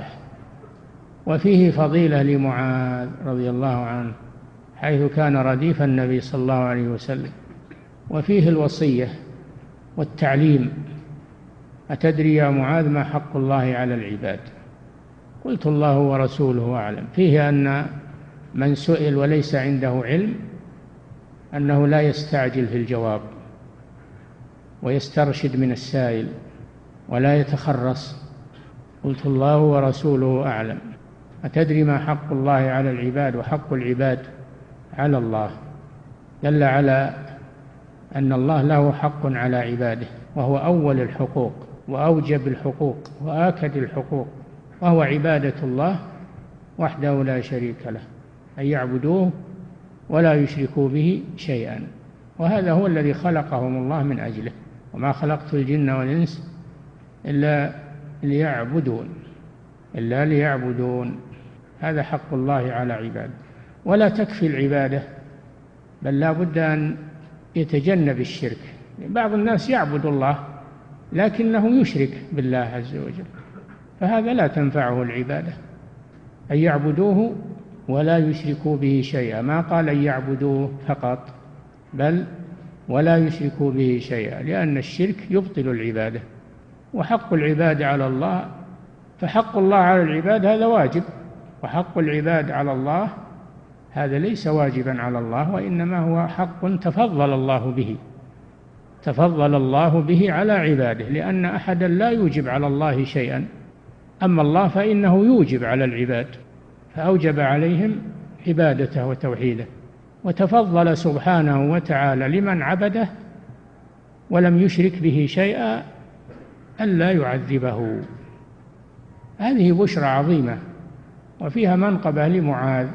وفيه فضيلة لمعاذ رضي الله عنه حيث كان رديف النبي صلى الله عليه وسلم. وفيه الوصية والتعليم: أتدري يا معاذ ما حق الله على العباد؟ قلت: الله ورسوله أعلم. فيه أن من سئل وليس عنده علم أنه لا يستعجل في الجواب، ويسترشد من السائل ولا يتخرص. قلت: الله ورسوله أعلم. أتدري ما حق الله على العباد وحق العباد على الله؟ دل على أن الله له حق على عباده، وهو أول الحقوق وأوجب الحقوق وآكد الحقوق، وهو عبادة الله وحده لا شريك له، أن يعبدوه ولا يشركوا به شيئا. وهذا هو الذي خلقهم الله من أجله: وما خلقت الجن والإنس إلا ليعبدون. هذا حق الله على عباده. ولا تكفي العبادة، بل لا بد أن يتجنب الشرك. بعض الناس يعبد الله لكنه يشرك بالله عز وجل، فهذا لا تنفعه العبادة. أن يعبدوه ولا يشركوا به شيئا، ما قال أن يعبدوه فقط، بل ولا يشركوا به شيئا، لأن الشرك يبطل العبادة. وحق العباد على الله، فحق الله على العباد هذا واجب، وحق العباد على الله هذا ليس واجبا على الله، وإنما هو حق تفضل الله به على عباده، لأن أحدا لا يوجب على الله شيئا، أما الله فإنه يوجب على العباد، فأوجب عليهم عبادته وتوحيده، وتفضل سبحانه وتعالى لمن عبده ولم يشرك به شيئا ألا يعذبه. هذه بشرى عظيمة وفيها منقبة لمعاذ.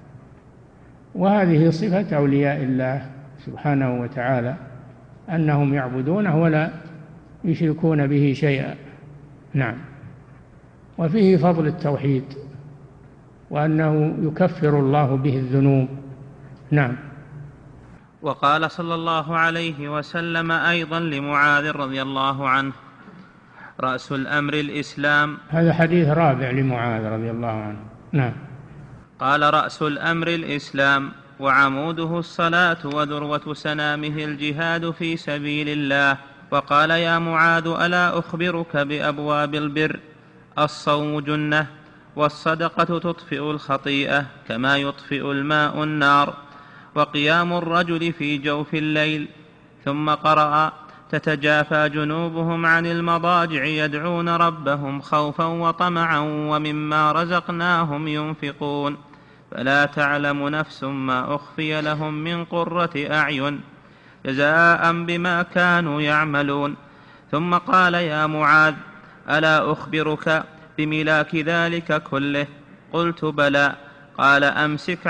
وهذه صفة أولياء الله سبحانه وتعالى، أنهم يعبدونه ولا يشركون به شيئا. نعم. وفيه فضل التوحيد وأنه يكفر الله به الذنوب. نعم. وقال صلى الله عليه وسلم أيضا لمعاذ رضي الله عنه: رأس الأمر الإسلام. هذا حديث رابع لمعاذ رضي الله عنه. نعم. قال: رأس الأمر الإسلام وعموده الصلاة وذروة سنامه الجهاد في سبيل الله. وقال: يا معاذ ألا أخبرك بأبواب البر؟ الصوم جنة، والصدقة تطفئ الخطيئة كما يطفئ الماء النار، وقيام الرجل في جوف الليل. ثم قرأ: تتجافى جنوبهم عن المضاجع يدعون ربهم خوفا وطمعا ومما رزقناهم ينفقون، فلا تعلم نفس ما أخفي لهم من قرة أعين جزاء بما كانوا يعملون. ثم قال: يا معاذ ألا أخبرك بملاك ذلك كله؟ قلت: بلى. قال: أمسك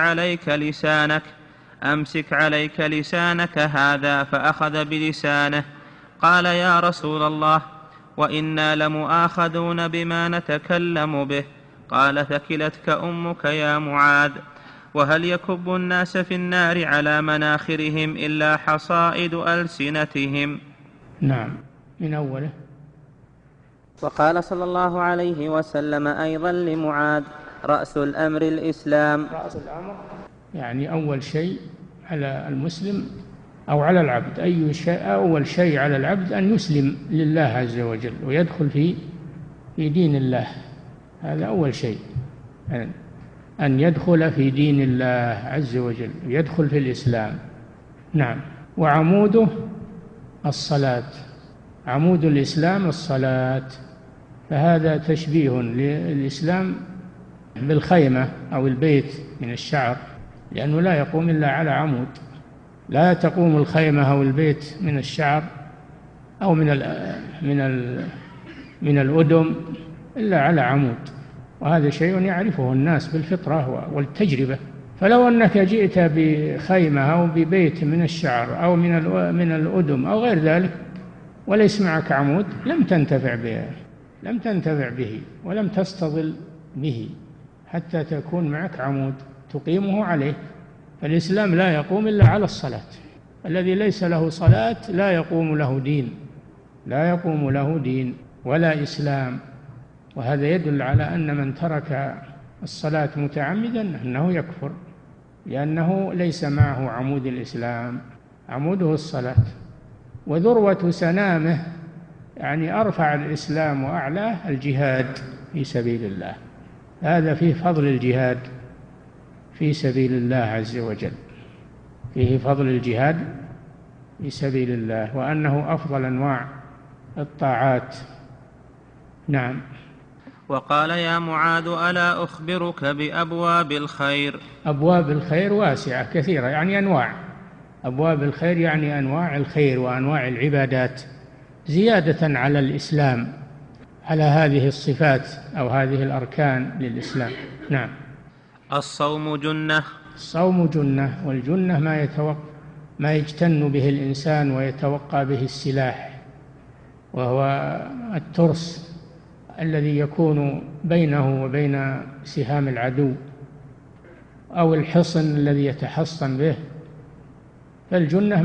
عليك لسانك هذا. فأخذ بلسانه. قال: يا رسول الله، وإنا لمؤاخذون بما نتكلم به. قال: ثكلتك أمك يا معاذ. وهل يكب الناس في النار على مناخرهم إلا حصائد ألسنتهم؟ نعم. من أوله. وقال صلى الله عليه وسلم أيضا لمعاذ: رأس الأمر الإسلام. رأس الأمر يعني أول شيء على المسلم أو على العبد، أول شيء على العبد أن يسلم لله عز وجل ويدخل في دين الله. هذا أول شيء، أن يدخل في دين الله عز وجل، يدخل في الإسلام. نعم. وعموده الصلاة، عمود الإسلام الصلاة، فهذا تشبيه للإسلام بالخيمة أو البيت من الشعر، لأنه لا يقوم إلا على عمود. لا تقوم الخيمة أو البيت من الشعر أو من الأدم إلا على عمود، وهذا شيء يعرفه الناس بالفطرة والتجربة. فلو أنك جئت بخيمة أو ببيت من الشعر أو من الأدم أو غير ذلك وليس معك عمود لم تنتفع به ولم تستظل به حتى تكون معك عمود تقيمه عليه. فالإسلام لا يقوم إلا على الصلاة. الذي ليس له صلاة لا يقوم له دين ولا إسلام. وهذا يدل على أن من ترك الصلاة متعمدا أنه يكفر، لأنه ليس معه عمود الإسلام، عموده الصلاة. وذروة سنامه يعني أرفع الإسلام وأعلاه الجهاد في سبيل الله. هذا فيه فضل الجهاد في سبيل الله عز وجل، فيه فضل الجهاد في سبيل الله، وأنه أفضل أنواع الطاعات. نعم. وقال: يا معاذ ألا أخبرك بأبواب الخير؟ أبواب الخير واسعة كثيرة، يعني أنواع. أبواب الخير يعني أنواع الخير وأنواع العبادات، زيادة على الإسلام، على هذه الصفات أو هذه الأركان للإسلام. نعم. الصوم جنة. الصوم جنة، والجنة ما يجتن به الإنسان ويتوقى به السلاح، وهو الترس الذي يكون بينه وبين سهام العدو، أو الحصن الذي يتحصن به. فالجنة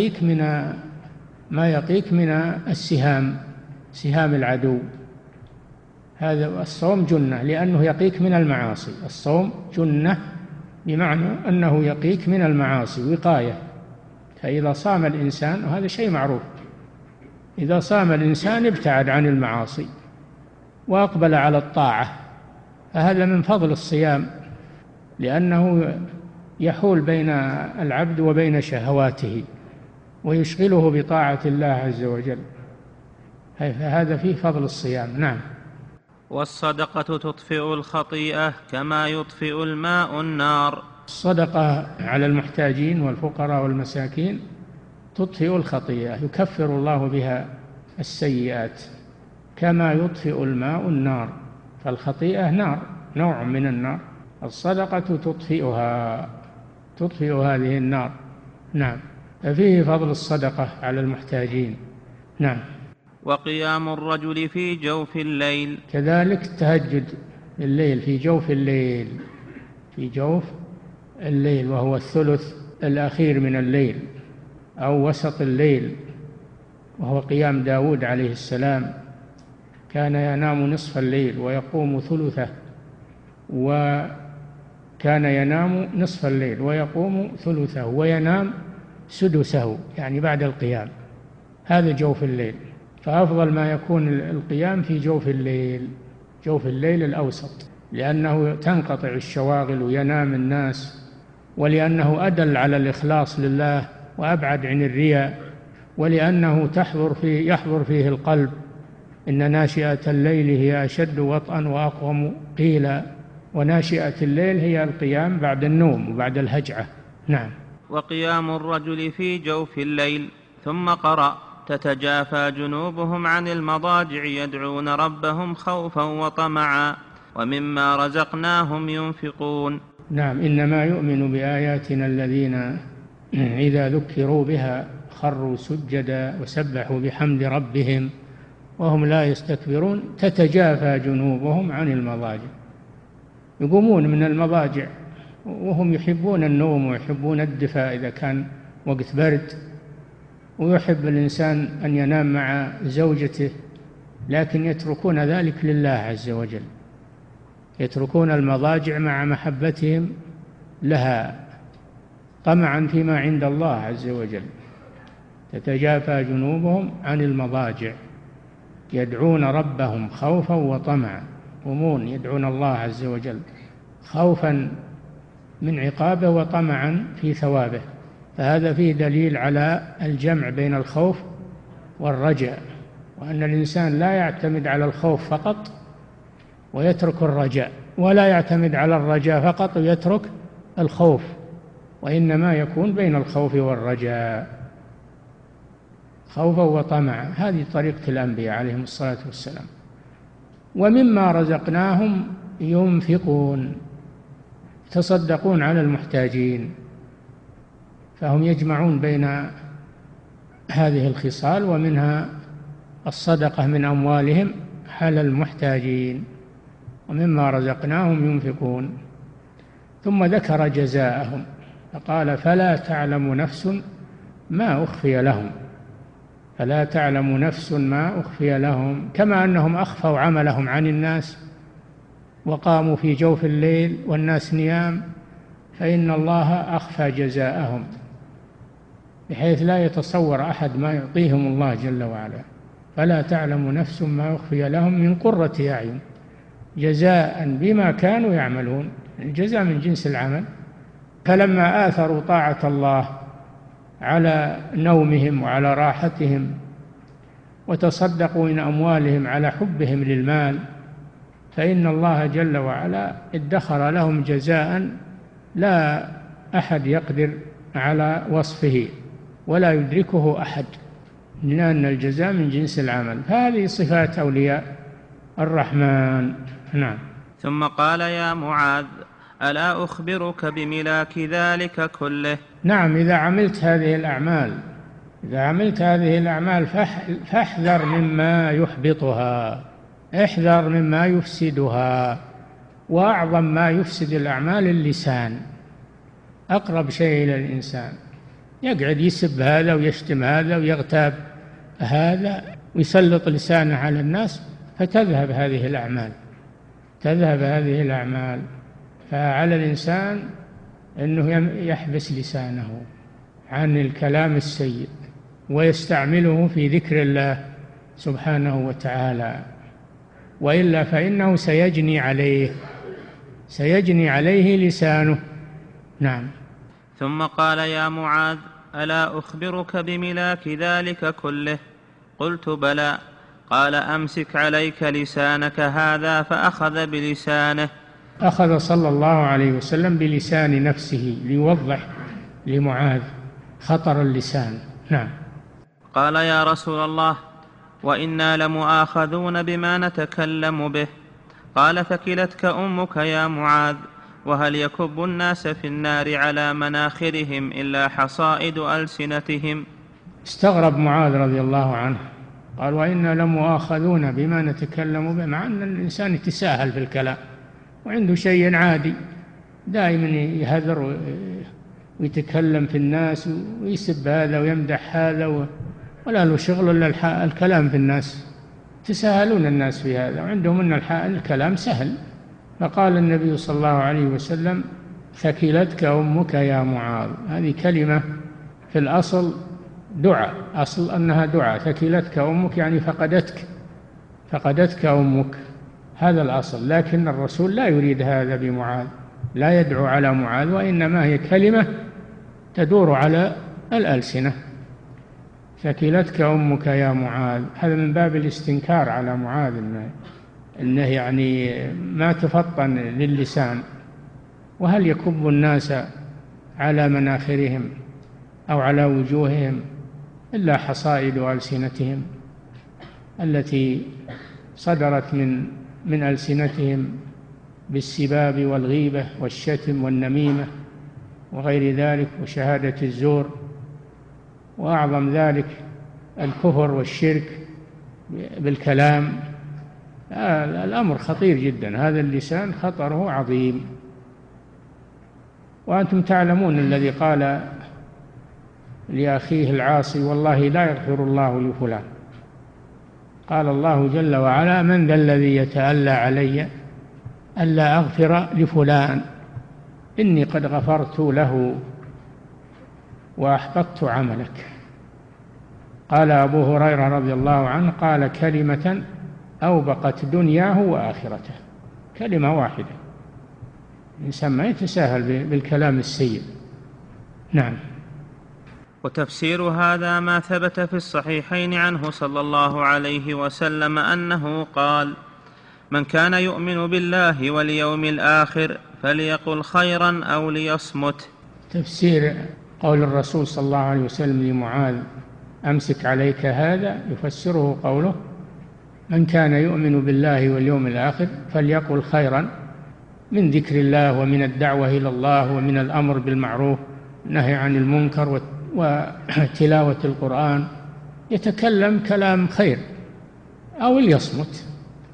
ما يقيك من السهام، سهام العدو. هذا الصوم جنة لأنه يقيك من المعاصي. الصوم جنة بمعنى أنه يقيك من المعاصي، وقاية. فإذا صام الإنسان، وهذا شيء معروف، إذا صام الإنسان ابتعد عن المعاصي وأقبل على الطاعة، فهذا من فضل الصيام، لأنه يحول بين العبد وبين شهواته ويشغله بطاعة الله عز وجل، فهذا فيه فضل الصيام. نعم. والصدقة تطفئ الخطيئة كما يطفئ الماء النار. الصدقة على المحتاجين والفقراء والمساكين تطفئ الخطيئة، يكفر الله بها السيئات كما يطفئ الماء النار. فالخطيئة نار، نوع من النار، الصدقة تطفئ هذه النار. نعم. ففيه فضل الصدقة على المحتاجين. نعم. وقيام الرجل في جوف الليل. كذلك التهجد الليل في جوف الليل، في جوف الليل، وهو الثلث الأخير من الليل أو وسط الليل، وهو قيام داود عليه السلام، كان ينام نصف الليل ويقوم ثلثه، وكان ينام نصف الليل ويقوم ثلثه وينام سدسه، يعني بعد القيام. هذا جوف الليل، فأفضل ما يكون القيام في جوف الليل، جوف الليل الأوسط، لأنه تنقطع الشواغل وينام الناس، ولأنه أدل على الإخلاص لله وأبعد عن الرياء، ولأنه يحضر فيه القلب. إن ناشئة الليل هي أشد وطئا وأقوم قيلا، وناشئة الليل هي القيام بعد النوم وبعد الهجعة. نعم. وقيام الرجل في جوف الليل. ثم قرأ: تتجافى جنوبهم عن المضاجع يدعون ربهم خوفا وطمعا ومما رزقناهم ينفقون. نعم. إنما يؤمن بآياتنا الذين إذا ذكروا بها خروا سجدا وسبحوا بحمد ربهم وهم لا يستكبرون. تتجافى جنوبهم عن المضاجع، يقومون من المضاجع وهم يحبون النوم ويحبون الدفاء إذا كان وقت برد، ويحب الإنسان أن ينام مع زوجته، لكن يتركون ذلك لله عز وجل، يتركون المضاجع مع محبتهم لها طمعا فيما عند الله عز وجل. تتجافى جنوبهم عن المضاجع يدعون ربهم خوفا وطمعا، يقومون يدعون الله عز وجل خوفا من عقابه وطمعا في ثوابه. فهذا فيه دليل على الجمع بين الخوف والرجاء، وأن الإنسان لا يعتمد على الخوف فقط ويترك الرجاء، ولا يعتمد على الرجاء فقط ويترك الخوف، وإنما يكون بين الخوف والرجاء، خوفا وطمعا. هذه طريقة الأنبياء عليهم الصلاة والسلام. ومما رزقناهم ينفقون، يتصدقون على المحتاجين، فهم يجمعون بين هذه الخصال، ومنها الصدقة من أموالهم على المحتاجين. ومما رزقناهم ينفقون. ثم ذكر جزاءهم فقال: فلا تعلم نفس ما أخفي لهم، فلا تعلم نفس ما أخفي لهم. كما أنهم أخفوا عملهم عن الناس وقاموا في جوف الليل والناس نيام، فإن الله أخفى جزاءهم بحيث لا يتصور أحد ما يعطيهم الله جل وعلا. فلا تعلم نفس ما أخفي لهم من قرة أعين جزاء بما كانوا يعملون. الجزاء من جنس العمل. فلما آثروا طاعة الله على نومهم وعلى راحتهم وتصدقوا من أموالهم على حبهم للمال، فإن الله جل وعلا ادخر لهم جزاء لا أحد يقدر على وصفه ولا يدركه أحد، لأن الجزاء من جنس العمل. فهذه صفات أولياء الرحمن. نعم. ثم قال: يا معاذ، ألا أخبرك بملاك ذلك كله؟ نعم. إذا عملت هذه الأعمال فاحذر مما يحبطها، احذر مما يفسدها. وأعظم ما يفسد الأعمال اللسان، أقرب شيء إلى الإنسان، يقعد يسب هذا ويشتم هذا ويغتاب هذا ويسلط لسانه على الناس، فتذهب هذه الأعمال. فعلى الإنسان أنه يحبس لسانه عن الكلام السيء ويستعمله في ذكر الله سبحانه وتعالى، وإلا فإنه سيجني عليه لسانه. نعم. ثم قال: يا معاذ، ألا أخبرك بملاك ذلك كله؟ قلت: بلى. قال: أمسك عليك لسانك هذا. فأخذ بلسانه. أخذ صلى الله عليه وسلم بلسان نفسه ليوضح لمعاذ خطر اللسان. نعم. قال: يا رسول الله، وإنا لمؤاخذون بما نتكلم به. قال: ثكلتك أمك يا معاذ، وهل يكب الناس في النار على مناخرهم إلا حصائد ألسنتهم؟ استغرب معاذ رضي الله عنه قال وإنا لمؤاخذون بما نتكلم به، مع أن الإنسان يتساهل في الكلام وعنده شيء عادي، دائما يهذر ويتكلم في الناس ويسب هذا ويمدح هذا ولا له شغل إلا الكلام في الناس. تساهلون الناس في هذا، وعندهم أن الكلام سهل. فقال النبي صلى الله عليه وسلم ثكلتك أمك يا معاذ. هذه كلمة في الأصل دعاء، أصل أنها دعاء. ثكلتك أمك يعني فقدتك أمك، هذا الأصل. لكن الرسول لا يريد هذا بمعاذ، لا يدعو على معاذ، وإنما هي كلمة تدور على الألسنة. ثكلتك أمك يا معاذ، هذا من باب الاستنكار على معاذ، إنه يعني ما تفطن للسان. وهل يكب الناس على مناخرهم أو على وجوههم إلا حصائد ألسنتهم التي صدرت من ألسنتهم بالسباب والغيبة والشتم والنميمة وغير ذلك وشهادة الزور، وأعظم ذلك الكفر والشرك بالكلام. الأمر خطير جدا، هذا اللسان خطره عظيم. وأنتم تعلمون الذي قال لأخيه العاصي والله لا يغفر الله لفلان، قال الله جل وعلا من ذا الذي يتألى علي ألا أغفر لفلان إني قد غفرت له وأحبطت عملك. قال أبو هريرة رضي الله عنه قال كلمة أوبقت دنياه وآخرته، كلمة واحدة. الإنسان ما يتساهل بالكلام السيء. نعم. وتفسير هذا ما ثبت في الصحيحين عنه صلى الله عليه وسلم أنه قال من كان يؤمن بالله واليوم الآخر فليقل خيرا أو ليصمت. تفسير قول الرسول صلى الله عليه وسلم لمعاذ أمسك عليك هذا، يفسره قوله من كان يؤمن بالله واليوم الآخر فليقل خيرا، من ذكر الله ومن الدعوة إلى الله ومن الأمر بالمعروف والنهي عن المنكر وتلاوة القرآن، يتكلم كلام خير، أو ليصمت.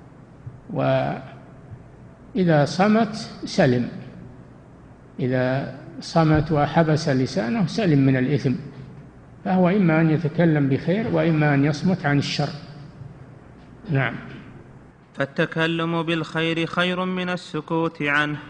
وإذا صمت سلم، إذا صمت وحبس لسانه سلم من الإثم. فهو إما أن يتكلم بخير وإما أن يصمت عن الشر. نعم. فالتكلم بالخير خير من السكوت عنه.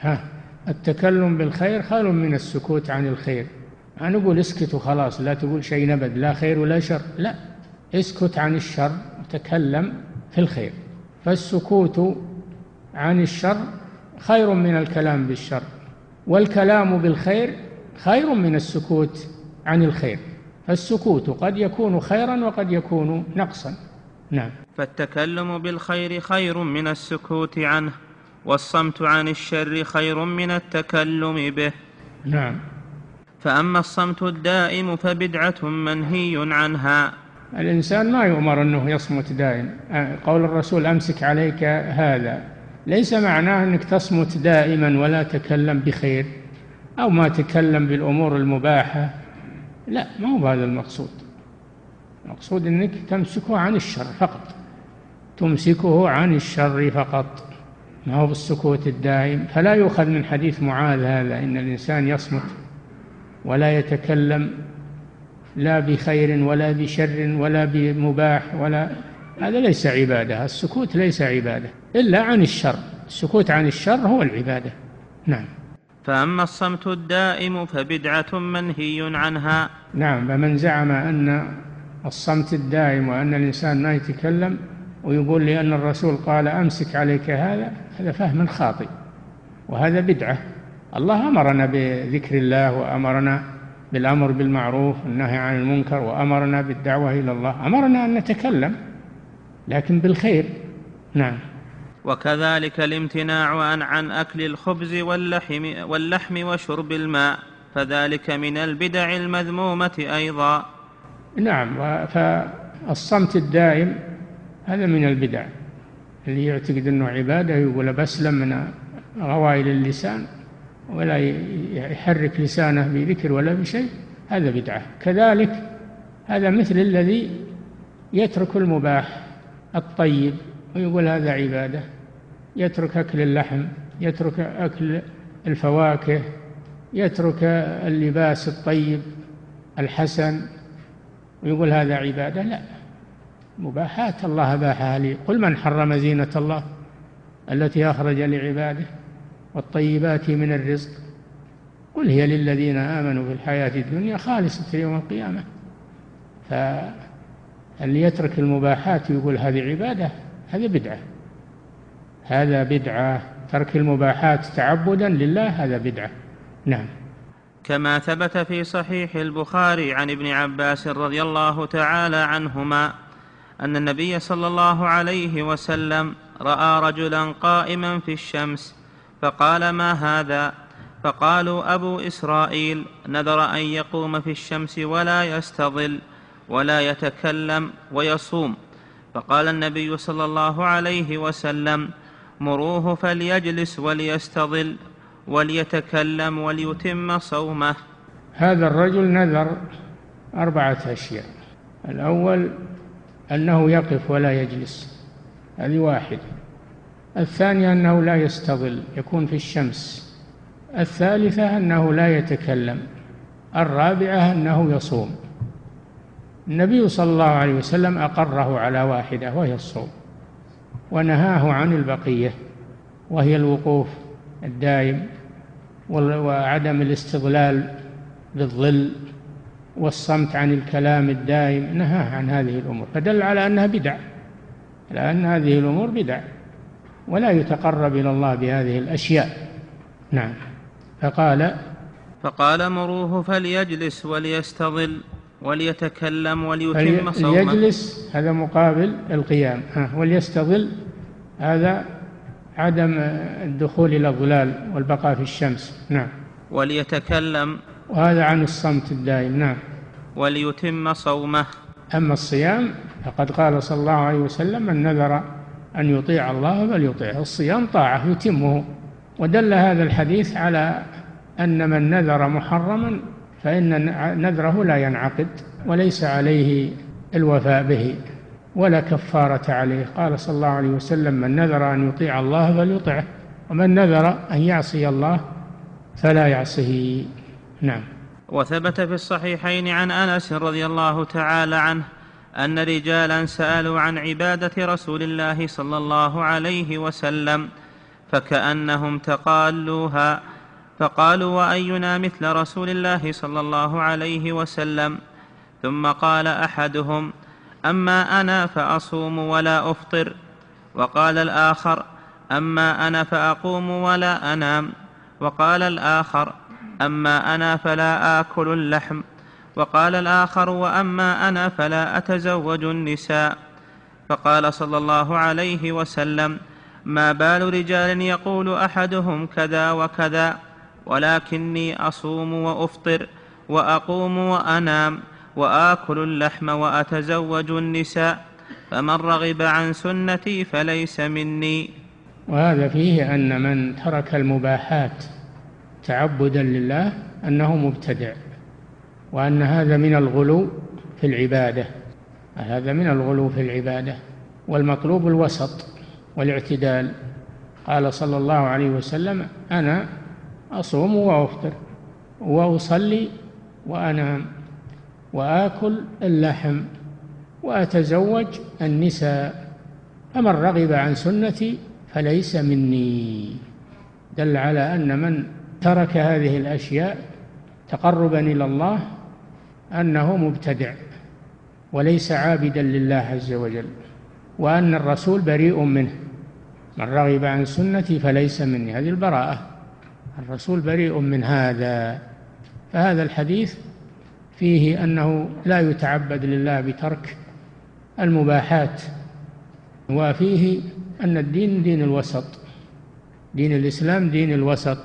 التكلم بالخير خير من السكوت عن الخير. أنا أقول اسكت وخلاص، لا تقول شيء نبد، لا خير ولا شر، لا، اسكت عن الشر وتكلم في الخير. فالسكوت عن الشر خير من الكلام بالشر، والكلام بالخير خير من السكوت عن الخير. فالسكوت قد يكون خيرا وقد يكون نقصا. نعم. فالتكلم بالخير خير من السكوت عنه، والصمت عن الشر خير من التكلم به. نعم. فأما الصمت الدائم فبدعة منهي عنها. الإنسان ما يؤمر أنه يصمت دائم. قول الرسول أمسك عليك هذا ليس معناه أنك تصمت دائما ولا تكلم بخير أو ما تكلم بالأمور المباحة، لا، ما هو هذا المقصود. المقصود أنك تمسكه عن الشر فقط، تمسكه عن الشر فقط، ما هو بالسكوت الدائم. فلا يؤخذ من حديث معاذ هذا إن الإنسان يصمت ولا يتكلم لا بخير ولا بشر ولا بمباح هذا ليس عبادة. السكوت ليس عبادة إلا عن الشر، السكوت عن الشر هو العبادة. نعم. فأما الصمت الدائم فبدعة منهي عنها. نعم. فمن زعم أن الصمت الدائم وأن الإنسان ما يتكلم ويقول لأن الرسول قال أمسك عليك هذا فهم خاطئ، وهذا بدعة. الله أمرنا بذكر الله، وأمرنا بالأمر بالمعروف والنهي عن المنكر، وأمرنا بالدعوة إلى الله، أمرنا أن نتكلم لكن بالخير. نعم. وكذلك الامتناع عن أكل الخبز واللحم وشرب الماء، فذلك من البدع المذمومة أيضا. نعم. فالصمت الدائم هذا من البدع، اللي يعتقد أنه عبادة يقول بسلم من غوائل اللسان ولا يحرك لسانه بذكر ولا بشيء، هذا بدعة. كذلك هذا مثل الذي يترك المباح الطيب ويقول هذا عبادة، يترك أكل اللحم، يترك أكل الفواكه، يترك اللباس الطيب الحسن ويقول هذا عبادة. لا، مباحات الله أباحها لي. قل من حرم زينة الله التي أخرج لعباده والطيبات من الرزق قل هي للذين آمنوا في الحياة الدنيا خالصة يوم القيامة. فاللي يترك المباحات ويقول هذه عبادة هذا بدعة، هذا بدعة. ترك المباحات تعبدا لله هذا بدعة. نعم. كما ثبت في صحيح البخاري عن ابن عباس رضي الله تعالى عنهما أن النبي صلى الله عليه وسلم رأى رجلا قائما في الشمس فقال ما هذا؟ فقالوا أبو إسرائيل نذر أن يقوم في الشمس ولا يستظل ولا يتكلم ويصوم. فقال النبي صلى الله عليه وسلم مروه فليجلس وليستظل وليتكلم وليتم صومه. هذا الرجل نذر 4 أشياء. الأول أنه يقف ولا يجلس، هذه واحدة. الثانية أنه لا يستظل يكون في الشمس. الثالثة أنه لا يتكلم. الرابعة أنه يصوم. النبي صلى الله عليه وسلم أقره على واحدة وهي الصوم، ونهاه عن البقية وهي الوقوف الدائم وعدم الاستظلال بالظل والصمت عن الكلام الدائم، نهاه عن هذه الأمور، فدل على أنها بدع، لأن هذه الأمور بدع ولا يتقرب إلى الله بهذه الأشياء. نعم. فقال مروه فليجلس وليستظل وليتكلم وليتم صومه. يجلس هذا مقابل القيام، وليستظل هذا عدم الدخول إلى الظلال والبقاء في الشمس. نعم. وليتكلم وهذا عن الصمت الدائم. نعم. وليتم صومه. أما الصيام فقد قال صلى الله عليه وسلم من نذر أن يطيع الله فليطيعه. الصيام طاعة يتمه، ودل هذا الحديث على أن من نذر محرما فإن نذره لا ينعقد وليس عليه الوفاء به ولا كفارة عليه. قال صلى الله عليه وسلم من نذر أن يطيع الله فليطعه، ومن نذر أن يعصي الله فلا يعصه. نعم. وثبت في الصحيحين عن أنس رضي الله تعالى عنه أن رجالا سألوا عن عبادة رسول الله صلى الله عليه وسلم فكأنهم تقالوها، فقالوا وأينا مثل رسول الله صلى الله عليه وسلم؟ ثم قال أحدهم أما أنا فأصوم ولا أفطر، وقال الآخر أما أنا فأقوم ولا أنام، وقال الآخر أما أنا فلا آكل اللحم، وقال الآخر وأما أنا فلا أتزوج النساء. فقال صلى الله عليه وسلم ما بال رجال يقول أحدهم كذا وكذا ولكني أصوم وأفطر وأقوم وأنام وآكل اللحم وأتزوج النساء، فمن رغب عن سنتي فليس مني. وهذا فيه أن من ترك المباحات تعبدا لله أنه مبتدع، وأن هذا من الغلو في العبادة، هذا من الغلو في العبادة، والمطلوب الوسط والاعتدال. قال صلى الله عليه وسلم أنا أصوم وأفطر وأصلي وأنام وآكل اللحم وأتزوج النساء، فمن رغب عن سنتي فليس مني. دل على أن من ترك هذه الأشياء تقربا إلى الله أنه مبتدع وليس عابدا لله عز وجل، وأن الرسول بريء منه. من رغب عن سنتي فليس مني، هذه البراءة، الرسول بريء من هذا. فهذا الحديث فيه أنه لا يتعبد لله بترك المباحات، وفيه أن الدين دين الوسط، دين الإسلام دين الوسط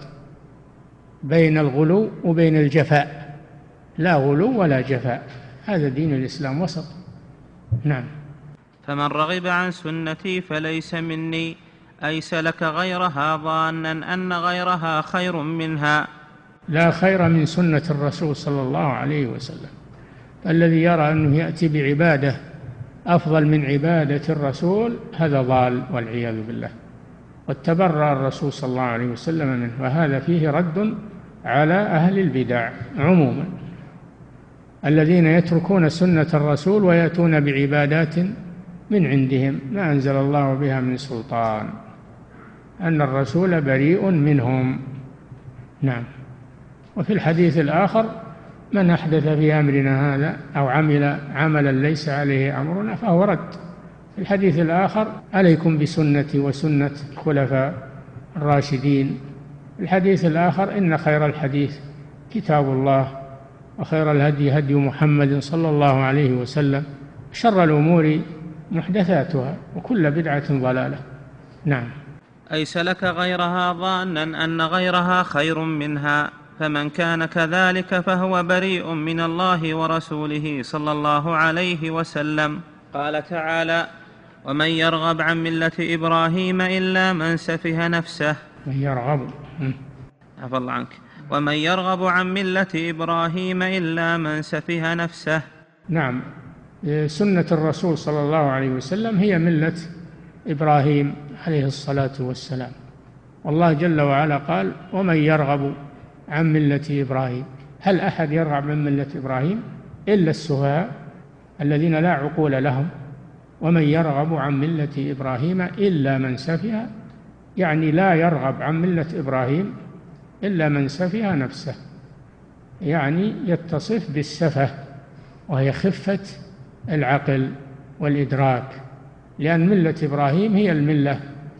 بين الغلو وبين الجفاء، لا غلو ولا جفاء، هذا دين الإسلام وسط. نعم. فمن رغب عن سنتي فليس مني أي سلك غيرها ظانا أن غيرها خير منها. لا خير من سنة الرسول صلى الله عليه وسلم. الذي يرى أنه يأتي بعبادة أفضل من عبادة الرسول هذا ضال والعياذ بالله. وتبرأ الرسول صلى الله عليه وسلم منه، وهذا فيه رد على أهل البدع عموما الذين يتركون سنة الرسول ويأتون بعبادات من عندهم ما أنزل الله بها من سلطان، أن الرسول بريء منهم. نعم. وفي الحديث الآخر: من أحدث في أمرنا هذا أو عمل عملا ليس عليه أمرنا فهو رد. في الحديث الآخر: عليكم بسنتي وسنة الخلفاء الراشدين. الحديث الآخر: إن خير الحديث كتاب الله، وخير الهدي هدي محمد صلى الله عليه وسلم، شر الأمور محدثاتها، وكل بدعة ضلالة. نعم. أي سلك غيرها ظانا أن غيرها خير منها، فمن كان كذلك فهو بريء من الله ورسوله صلى الله عليه وسلم. قال تعالى: ومن يرغب عن ملة إبراهيم إلا من سفه نفسه. عفى الله عنك. ومن يرغب عن ملة إبراهيم إلا من سفه نفسه. نعم. سنة الرسول صلى الله عليه وسلم هي ملة إبراهيم عليه الصلاة والسلام. والله جل وعلا قال: ومن يرغب عن ملة إبراهيم. هل أحد يرغب عن ملة إبراهيم إلا السفهاء الذين لا عقول لهم؟ ومن يرغب عن ملة إبراهيم إلا من سفه، يعني لا يرغب عن ملة إبراهيم إلا من سفه نفسه، يعني يتصف بالسفه، وهي خفة العقل والإدراك، لأن ملة إبراهيم هي الملة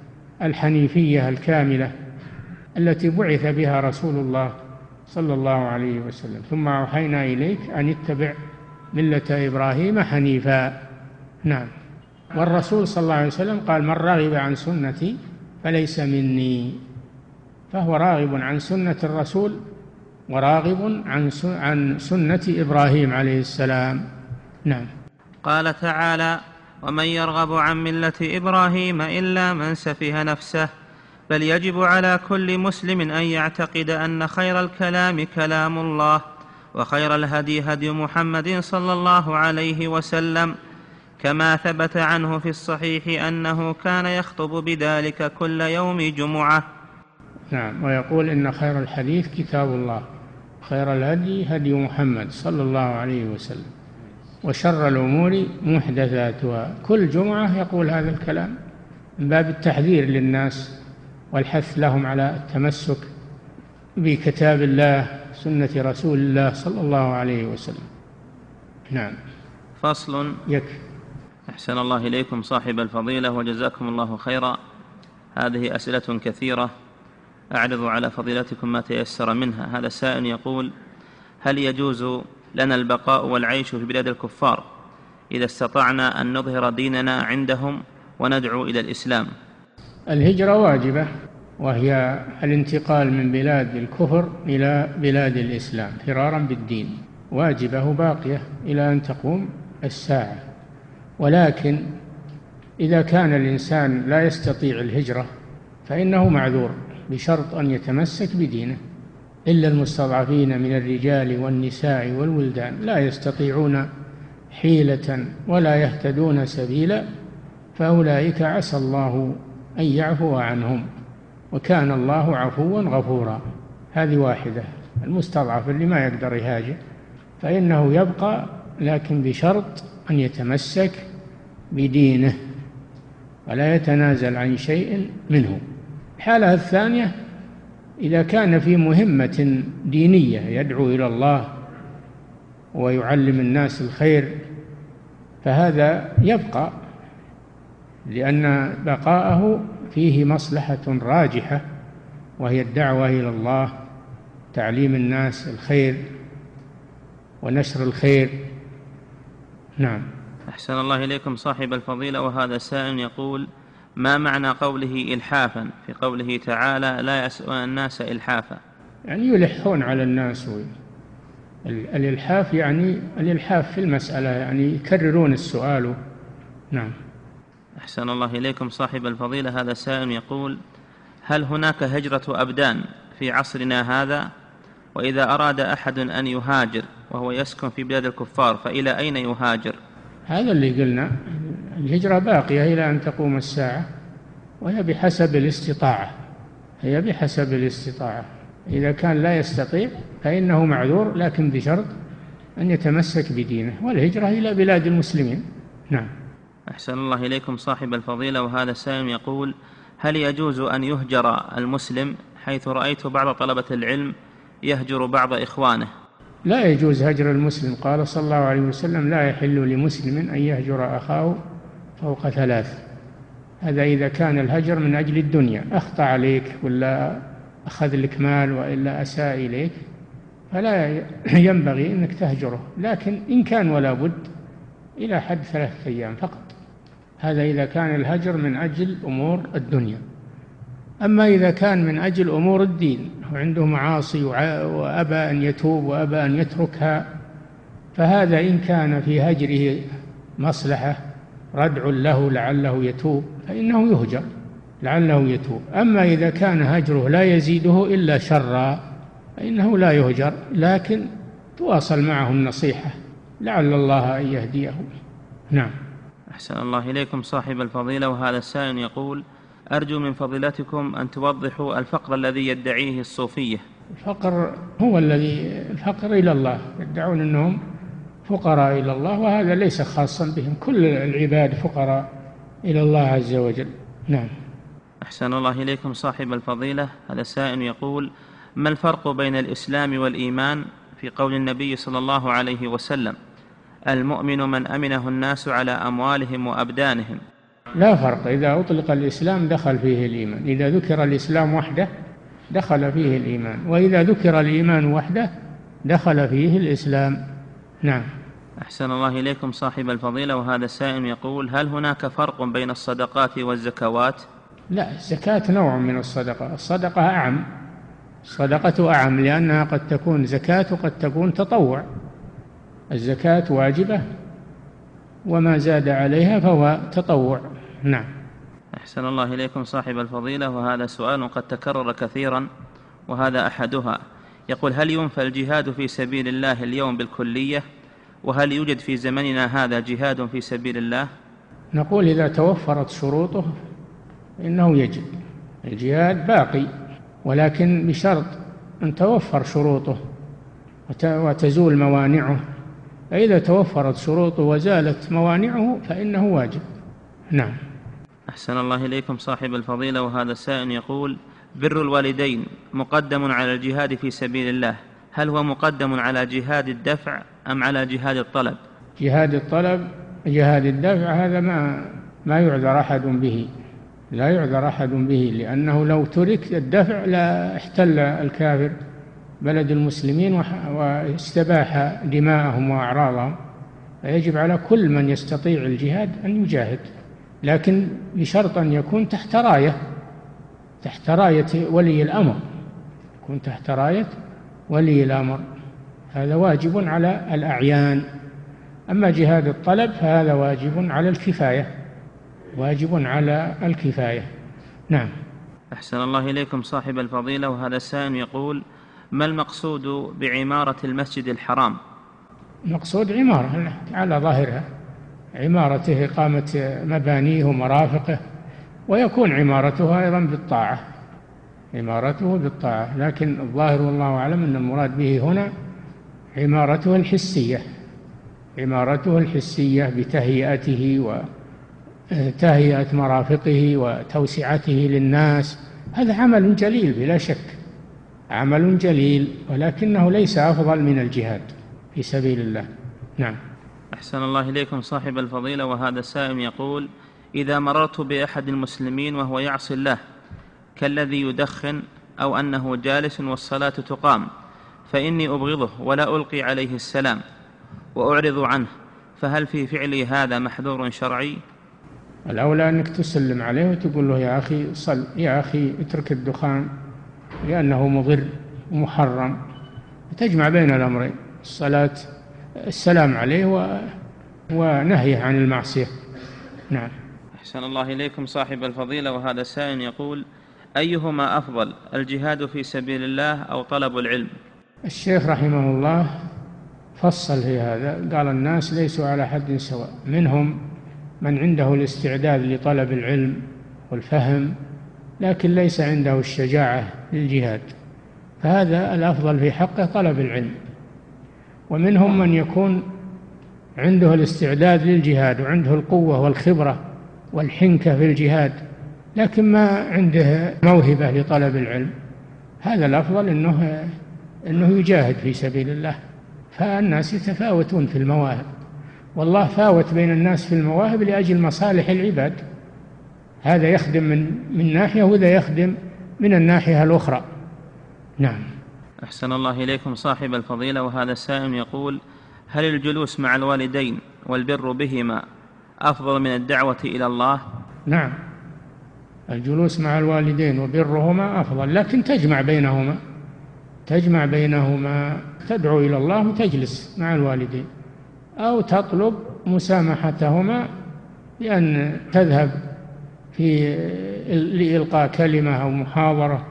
الحنيفية الكاملة التي بعث بها رسول الله صلى الله عليه وسلم. ثم أوحينا إليك أن اتبع ملة إبراهيم حنيفا. نعم. والرسول صلى الله عليه وسلم قال: من رغب عن سنتي فليس مني، فهو راغب عن سنة الرسول وراغب عن سنة إبراهيم عليه السلام. نعم. قال تعالى: ومن يرغب عن ملة إبراهيم إلا من سفه نفسه. بل يجب على كل مسلم أن يعتقد أن خير الكلام كلام الله، وخير الهدي هدي محمد صلى الله عليه وسلم، كما ثبت عنه في الصحيح أنه كان يخطب بذلك كل يوم جمعة. نعم. ويقول: إن خير الحديث كتاب الله، خير الهدي هدي محمد صلى الله عليه وسلم، وشر الأمور محدثاتها. كل جمعة يقول هذا الكلام من باب التحذير للناس والحث لهم على التمسك بكتاب الله سنة رسول الله صلى الله عليه وسلم. نعم. فصل. يكفي. أحسن الله إليكم صاحب الفضيلة وجزاكم الله خيرا. هذه أسئلة كثيرة أعرض على فضيلتكم ما تيسر منها. هذا سائل يقول: هل يجوز لنا البقاء والعيش في بلاد الكفار إذا استطعنا أن نظهر ديننا عندهم وندعو إلى الإسلام؟ الهجرة واجبة، وهي الانتقال من بلاد الكفر إلى بلاد الإسلام فرارا بالدين، واجبة باقية إلى أن تقوم الساعة. ولكن إذا كان الإنسان لا يستطيع الهجرة فإنه معذور بشرط أن يتمسك بدينه، إلا المستضعفين من الرجال والنساء والولدان لا يستطيعون حيلة ولا يهتدون سبيلا، فأولئك عسى الله أن يعفو عنهم، وكان الله عفوا غفورا. هذه واحدة. المستضعف اللي ما يقدر يهاجر فإنه يبقى، لكن بشرط أن يتمسك بدينه ولا يتنازل عن شيء منه. الحالة الثانية: إذا كان في مهمة دينية يدعو إلى الله ويعلم الناس الخير فهذا يبقى، لأن بقاءه فيه مصلحة راجحة، وهي الدعوة إلى الله، تعليم الناس الخير ونشر الخير. نعم. أحسن الله إليكم صاحب الفضيلة. وهذا سائل يقول: ما معنى قوله إلحافا في قوله تعالى: لا يسألون الناس إلحافا؟ يعني يلحون على الناس. الإلحاف يعني الإلحاف في المسألة، يعني يكررون السؤال. نعم. أحسن الله إليكم صاحب الفضيلة. هذا سائل يقول: هل هناك هجرة أبدان في عصرنا هذا؟ وإذا أراد أحد أن يهاجر وهو يسكن في بلاد الكفار فإلى أين يهاجر؟ هذا اللي قلنا، الهجرة باقية إلى أن تقوم الساعة، وهي بحسب الاستطاعة، هي بحسب الاستطاعة. إذا كان لا يستطيع فإنه معذور، لكن بشرط أن يتمسك بدينه، والهجرة إلى بلاد المسلمين. نعم. أحسن الله إليكم صاحب الفضيلة. وهذا سائل يقول: هل يجوز أن يهجر المسلم؟ حيث رأيت بعض طلبة العلم يهجر بعض إخوانه. لا يجوز هجر المسلم. قال صلى الله عليه وسلم: لا يحل لمسلم أن يهجر أخاه فوق 3. هذا إذا كان الهجر من أجل الدنيا، أخطأ عليك ولا أخذ لك مال وإلا أساء إليك، فلا ينبغي أنك تهجره. لكن إن كان ولا بد إلى حد 3 أيام فقط. هذا إذا كان الهجر من أجل أمور الدنيا. أما إذا كان من أجل أمور الدين وعنده معاصي وأبى أن يتوب وأبى أن يتركها، فهذا إن كان في هجره مصلحة ردع له لعله يتوب فإنه يهجر لعله يتوب. أما إذا كان هجره لا يزيده إلا شرا فإنه لا يهجر، لكن تواصل معه النصيحة لعل الله أن يهديه. نعم. أحسن الله إليكم صاحب الفضيلة. وهذا السائل يقول: أرجو من فضيلتكم أن توضحوا الفقر الذي يدعيه الصوفية. الفقر هو الفقر إلى الله، يدعون أنهم فقراء إلى الله، وهذا ليس خاصا بهم، كل العباد فقراء إلى الله عز وجل. نعم. أحسن الله إليكم صاحب الفضيلة. هذا السائل يقول: ما الفرق بين الإسلام والإيمان في قول النبي صلى الله عليه وسلم: المؤمن من أمنه الناس على أموالهم وأبدانهم؟ لا فرق. إذا أطلق الإسلام دخل فيه الإيمان، إذا ذكر الإسلام وحده دخل فيه الإيمان، وإذا ذكر الإيمان وحده دخل فيه الإسلام. نعم. أحسن الله إليكم صاحب الفضيلة. وهذا السائل يقول: هل هناك فرق بين الصدقات والزكوات؟ لا، الزكاة نوع من الصدقة، الصدقة أعم، الصدقة أعم لأنها قد تكون زكاة وقد تكون تطوع. الزكاة واجبة وما زاد عليها فهو تطوع. نعم. أحسن الله إليكم صاحب الفضيلة. وهذا سؤال قد تكرر كثيرا، وهذا أحدها. يقول: هل ينفى الجهاد في سبيل الله اليوم بالكلية؟ وهل يوجد في زمننا هذا جهاد في سبيل الله؟ نقول إذا توفرت شروطه إنه يجب. الجهاد باقي، ولكن بشرط أن توفر شروطه وتزول موانعه. فإذا توفرت شروطه وزالت موانعه فإنه واجب. نعم. أحسن الله إليكم صاحب الفضيلة. وهذا السائل يقول: بر الوالدين مقدم على الجهاد في سبيل الله، هل هو مقدم على جهاد الدفع أم على جهاد الطلب؟ جهاد الطلب، جهاد الدفع هذا ما يعذر أحد به، لا يعذر أحد به، لأنه لو ترك الدفع لا احتل الكافر بلد المسلمين واستباح دماءهم وأعراضهم. فيجب على كل من يستطيع الجهاد أن يجاهد، لكن بشرط أن يكون تحت راية ولي الأمر، يكون تحت راية ولي الأمر، هذا واجب على الأعيان. أما جهاد الطلب فهذا واجب على الكفاية، واجب على الكفاية. نعم. أحسن الله إليكم صاحب الفضيلة. وهذا السائل يقول: ما المقصود بعمارة المسجد الحرام؟ المقصود عمارة على ظاهرها، عمارته إقامة مبانيه ومرافقه، ويكون عمارته أيضا بالطاعة، عمارته بالطاعة، لكن الظاهر والله أعلم أن المراد به هنا عمارته الحسية، عمارته الحسية بتهيئته وتهيئة مرافقه وتوسعته للناس. هذا عمل جليل بلا شك، عمل جليل، ولكنه ليس أفضل من الجهاد في سبيل الله. نعم. أحسن الله إليكم صاحب الفضيلة. وهذا السائل يقول: إذا مررت بأحد المسلمين وهو يعصي الله كالذي يدخن أو أنه جالس والصلاة تقام، فإني أبغضه ولا ألقي عليه السلام وأعرض عنه، فهل في فعلي هذا محذور شرعي؟ الأولى أنك تسلم عليه وتقول له: يا أخي صل، يا أخي اترك الدخان لأنه مضر ومحرم، تجمع بين الأمرين، الصلاة، السلام عليه ونهيه عن المعصية. نعم. أحسن الله إليكم صاحب الفضيلة. وهذا السائل يقول: أيهما أفضل، الجهاد في سبيل الله أو طلب العلم؟ الشيخ رحمه الله فصل في هذا، قال الناس ليسوا على حد سواء، منهم من عنده الاستعداد لطلب العلم والفهم لكن ليس عنده الشجاعة للجهاد، فهذا الأفضل في حقه طلب العلم. ومنهم من يكون عنده الاستعداد للجهاد وعنده القوة والخبرة والحنكة في الجهاد لكن ما عنده موهبة لطلب العلم، هذا الأفضل أنه يجاهد في سبيل الله. فالناس يتفاوتون في المواهب، والله فاوت بين الناس في المواهب لأجل مصالح العباد، هذا يخدم من ناحية وذا يخدم من الناحية الأخرى. نعم. أحسن الله إليكم صاحب الفضيلة، وهذا السائل يقول: هل الجلوس مع الوالدين والبر بهما أفضل من الدعوة إلى الله؟ نعم، الجلوس مع الوالدين وبرهما أفضل، لكن تجمع بينهما، تدعو إلى الله وتجلس مع الوالدين، أو تطلب مسامحتهما بأن تذهب لإلقاء كلمة أو محاضرة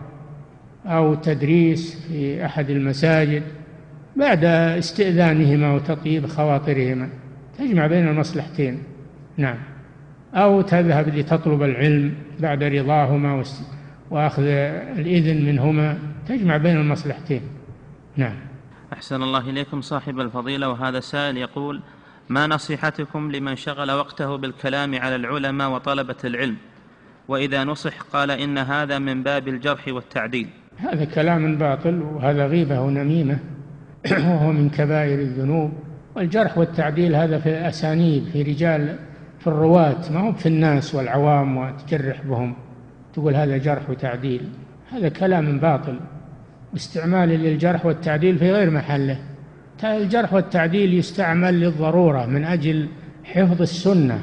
أو تدريس في أحد المساجد بعد استئذانهما وتطيب خواطرهما، تجمع بين المصلحتين. نعم، أو تذهب لتطلب العلم بعد رضاهما وأخذ الإذن منهما، تجمع بين المصلحتين. نعم. أحسن الله إليكم صاحب الفضيلة، وهذا سائل يقول: ما نصيحتكم لمن شغل وقته بالكلام على العلماء وطلبة العلم، وإذا نصح قال إن هذا من باب الجرح والتعديل؟ هذا كلام باطل، وهذا غيبة ونميمة، وهو من كبائر الذنوب. والجرح والتعديل هذا في الأسانيد، في رجال، في الرواة، ما هو في الناس والعوام وتجرح بهم تقول هذا جرح وتعديل، هذا كلام باطل واستعمال للجرح والتعديل في غير محله. الجرح والتعديل يستعمل للضرورة من أجل حفظ السنة.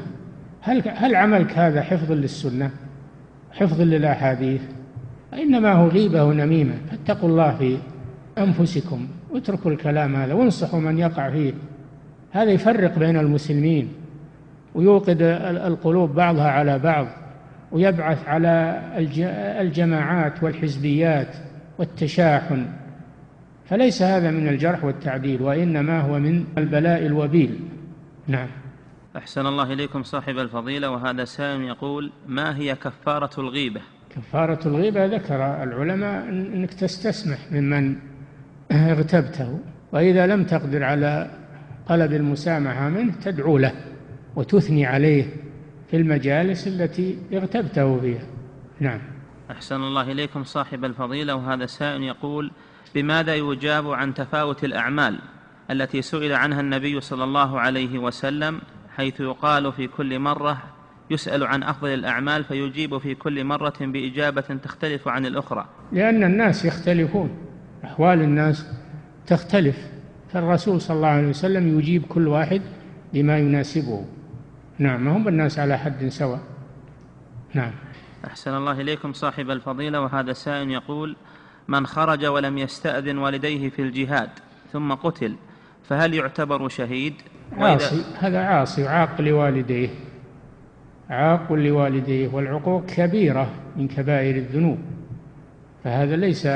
هل عملك هذا حفظ للسنة، حفظ للأحاديث؟ إنما هو غيبة ونميمة. فاتقوا الله في أنفسكم واتركوا الكلام هذا وانصحوا من يقع فيه، هذا يفرق بين المسلمين ويوقد القلوب بعضها على بعض ويبعث على الجماعات والحزبيات والتشاحن، فليس هذا من الجرح والتعديل، وإنما هو من البلاء الوبيل. نعم. أحسن الله إليكم صاحب الفضيلة، وهذا سائل يقول: ما هي كفارة الغيبة؟ كفارة الغيبة ذكر العلماء أنك تستسمح ممن اغتبته، وإذا لم تقدر على طلب المسامحة منه تدعو له وتثني عليه في المجالس التي اغتبته فيها. نعم. أحسن الله إليكم صاحب الفضيلة، وهذا سائل يقول: بماذا يجاب عن تفاوت الأعمال التي سئل عنها النبي صلى الله عليه وسلم، حيث يقال في كل مرة يسأل عن أفضل الأعمال فيجيب في كل مرة بإجابة تختلف عن الأخرى؟ لأن الناس يختلفون، أحوال الناس تختلف، فالرسول صلى الله عليه وسلم يجيب كل واحد بما يناسبه. نعم، ما هم الناس على حد سواء. نعم. أحسن الله إليكم صاحب الفضيلة، وهذا سائل يقول: من خرج ولم يستأذن والديه في الجهاد ثم قتل فهل يعتبر شهيد؟ عاصي، هذا عاصي عاق لوالديه، عاق لوالديه، والعقوق كبيرة من كبائر الذنوب، فهذا ليس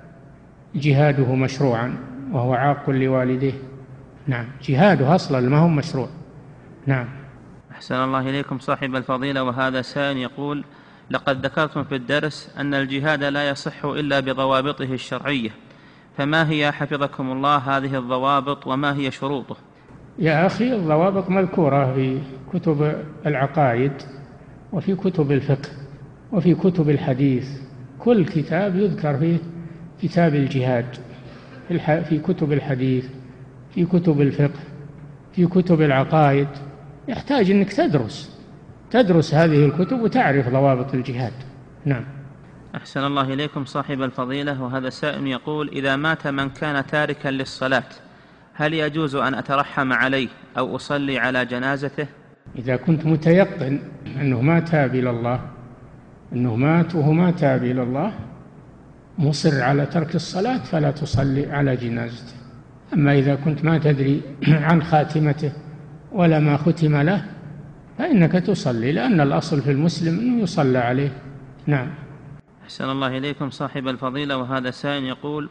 جهاده مشروعا وهو عاق لوالديه. نعم، جهاده أصلا ما هو مشروع. نعم. أحسن الله إليكم صاحب الفضيلة، وهذا سائل يقول: لقد ذكرتم في الدرس أن الجهاد لا يصح إلا بضوابطه الشرعية، فما هي حفظكم الله هذه الضوابط وما هي شروطه؟ يا أخي، الضوابط مذكورة في كتب العقائد وفي كتب الفقه وفي كتب الحديث، كل كتاب يذكر فيه كتاب الجهاد، في كتب الحديث، في كتب الفقه، في كتب العقائد. يحتاج أنك تدرس هذه الكتب وتعرف ضوابط الجهاد. نعم. أحسن الله إليكم صاحب الفضيلة، وهذا سائل يقول: إذا مات من كان تاركا للصلاة هل يجوز أن أترحم عليه أو أصلي على جنازته؟ إذا كنت متيقن أنه ما تاب إلى الله، أنه مات وهو ما تاب إلى الله مصر على ترك الصلاة فلا تصلي على جنازته. أما إذا كنت ما تدري عن خاتمته ولا ما ختم له فإنك تصلي، لأن الأصل في المسلم أنه يصلى عليه. نعم. أحسن الله إليكم صاحب الفضيلة، وهذا سائل يقول: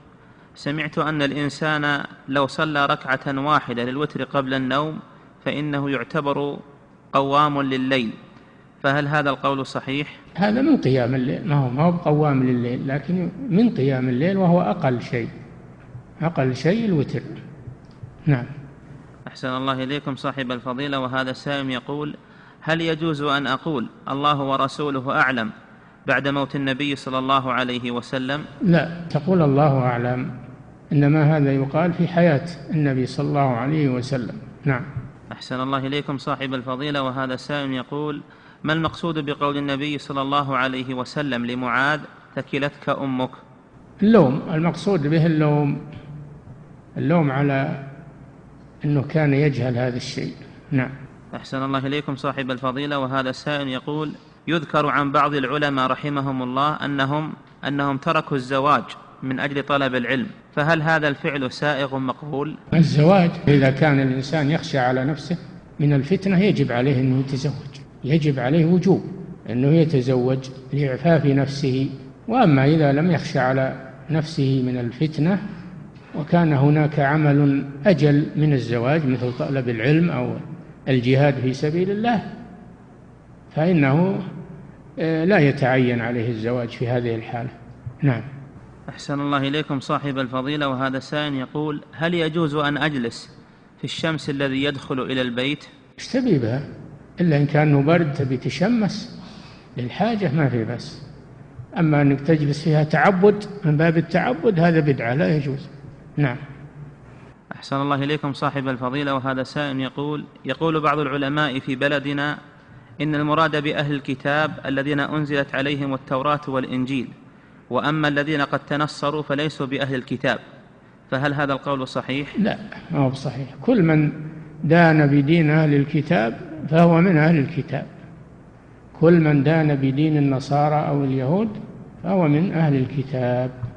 سمعت أن الإنسان لو صلى ركعة واحدة للوتر قبل النوم فإنه يعتبر قوام لليل، فهل هذا القول صحيح؟ هذا من قيام الليل، ما هو قوام لليل، لكن من قيام الليل، وهو أقل شيء الوتر. نعم. أحسن الله إليكم صاحب الفضيلة. وهذا السائل يقول: هل يجوز أن أقول الله ورسوله أعلم بعد موت النبي صلى الله عليه وسلم؟ لا، تقول الله أعلم، إنما هذا يقال في حياة النبي صلى الله عليه وسلم. نعم. أحسن الله إليكم صاحب الفضيلة. وهذا السائل يقول: ما المقصود بقول النبي صلى الله عليه وسلم لمعاذ: ثكلتك أمك؟ اللوم، المقصود به اللوم على أنه كان يجهل هذا الشيء. نعم. أحسن الله إليكم صاحب الفضيلة. وهذا السائل يقول: يذكر عن بعض العلماء رحمهم الله أنهم تركوا الزواج من أجل طلب العلم، فهل هذا الفعل سائغ مقبول؟ الزواج إذا كان الإنسان يخشى على نفسه من الفتنة يجب عليه أنه يتزوج، يجب عليه وجوب أنه يتزوج لإعفاف نفسه. وأما إذا لم يخشى على نفسه من الفتنة وكان هناك عمل أجل من الزواج مثل طلب العلم أو الجهاد في سبيل الله فإنه لا يتعين عليه الزواج في هذه الحالة. نعم. أحسن الله إليكم صاحب الفضيلة. وهذا سائل يقول: هل يجوز أن أجلس في الشمس الذي يدخل إلى البيت؟ ايش تبي بها؟ إلا إن كان برد تبي تشمس للحاجة ما في بس. أما أنك تجلس فيها تعبد من باب التعبد هذا بدعة لا يجوز. نعم. أحسن الله إليكم صاحب الفضيلة. وهذا سائل يقول بعض العلماء في بلدنا إن المراد بأهل الكتاب الذين أنزلت عليهم التوراة والإنجيل، وأما الذين قد تنصروا فليسوا بأهل الكتاب، فهل هذا القول صحيح؟ لا، ما هو صحيح. كل من دان بدين أهل الكتاب فهو من أهل الكتاب، كل من دان بدين النصارى أو اليهود فهو من أهل الكتاب.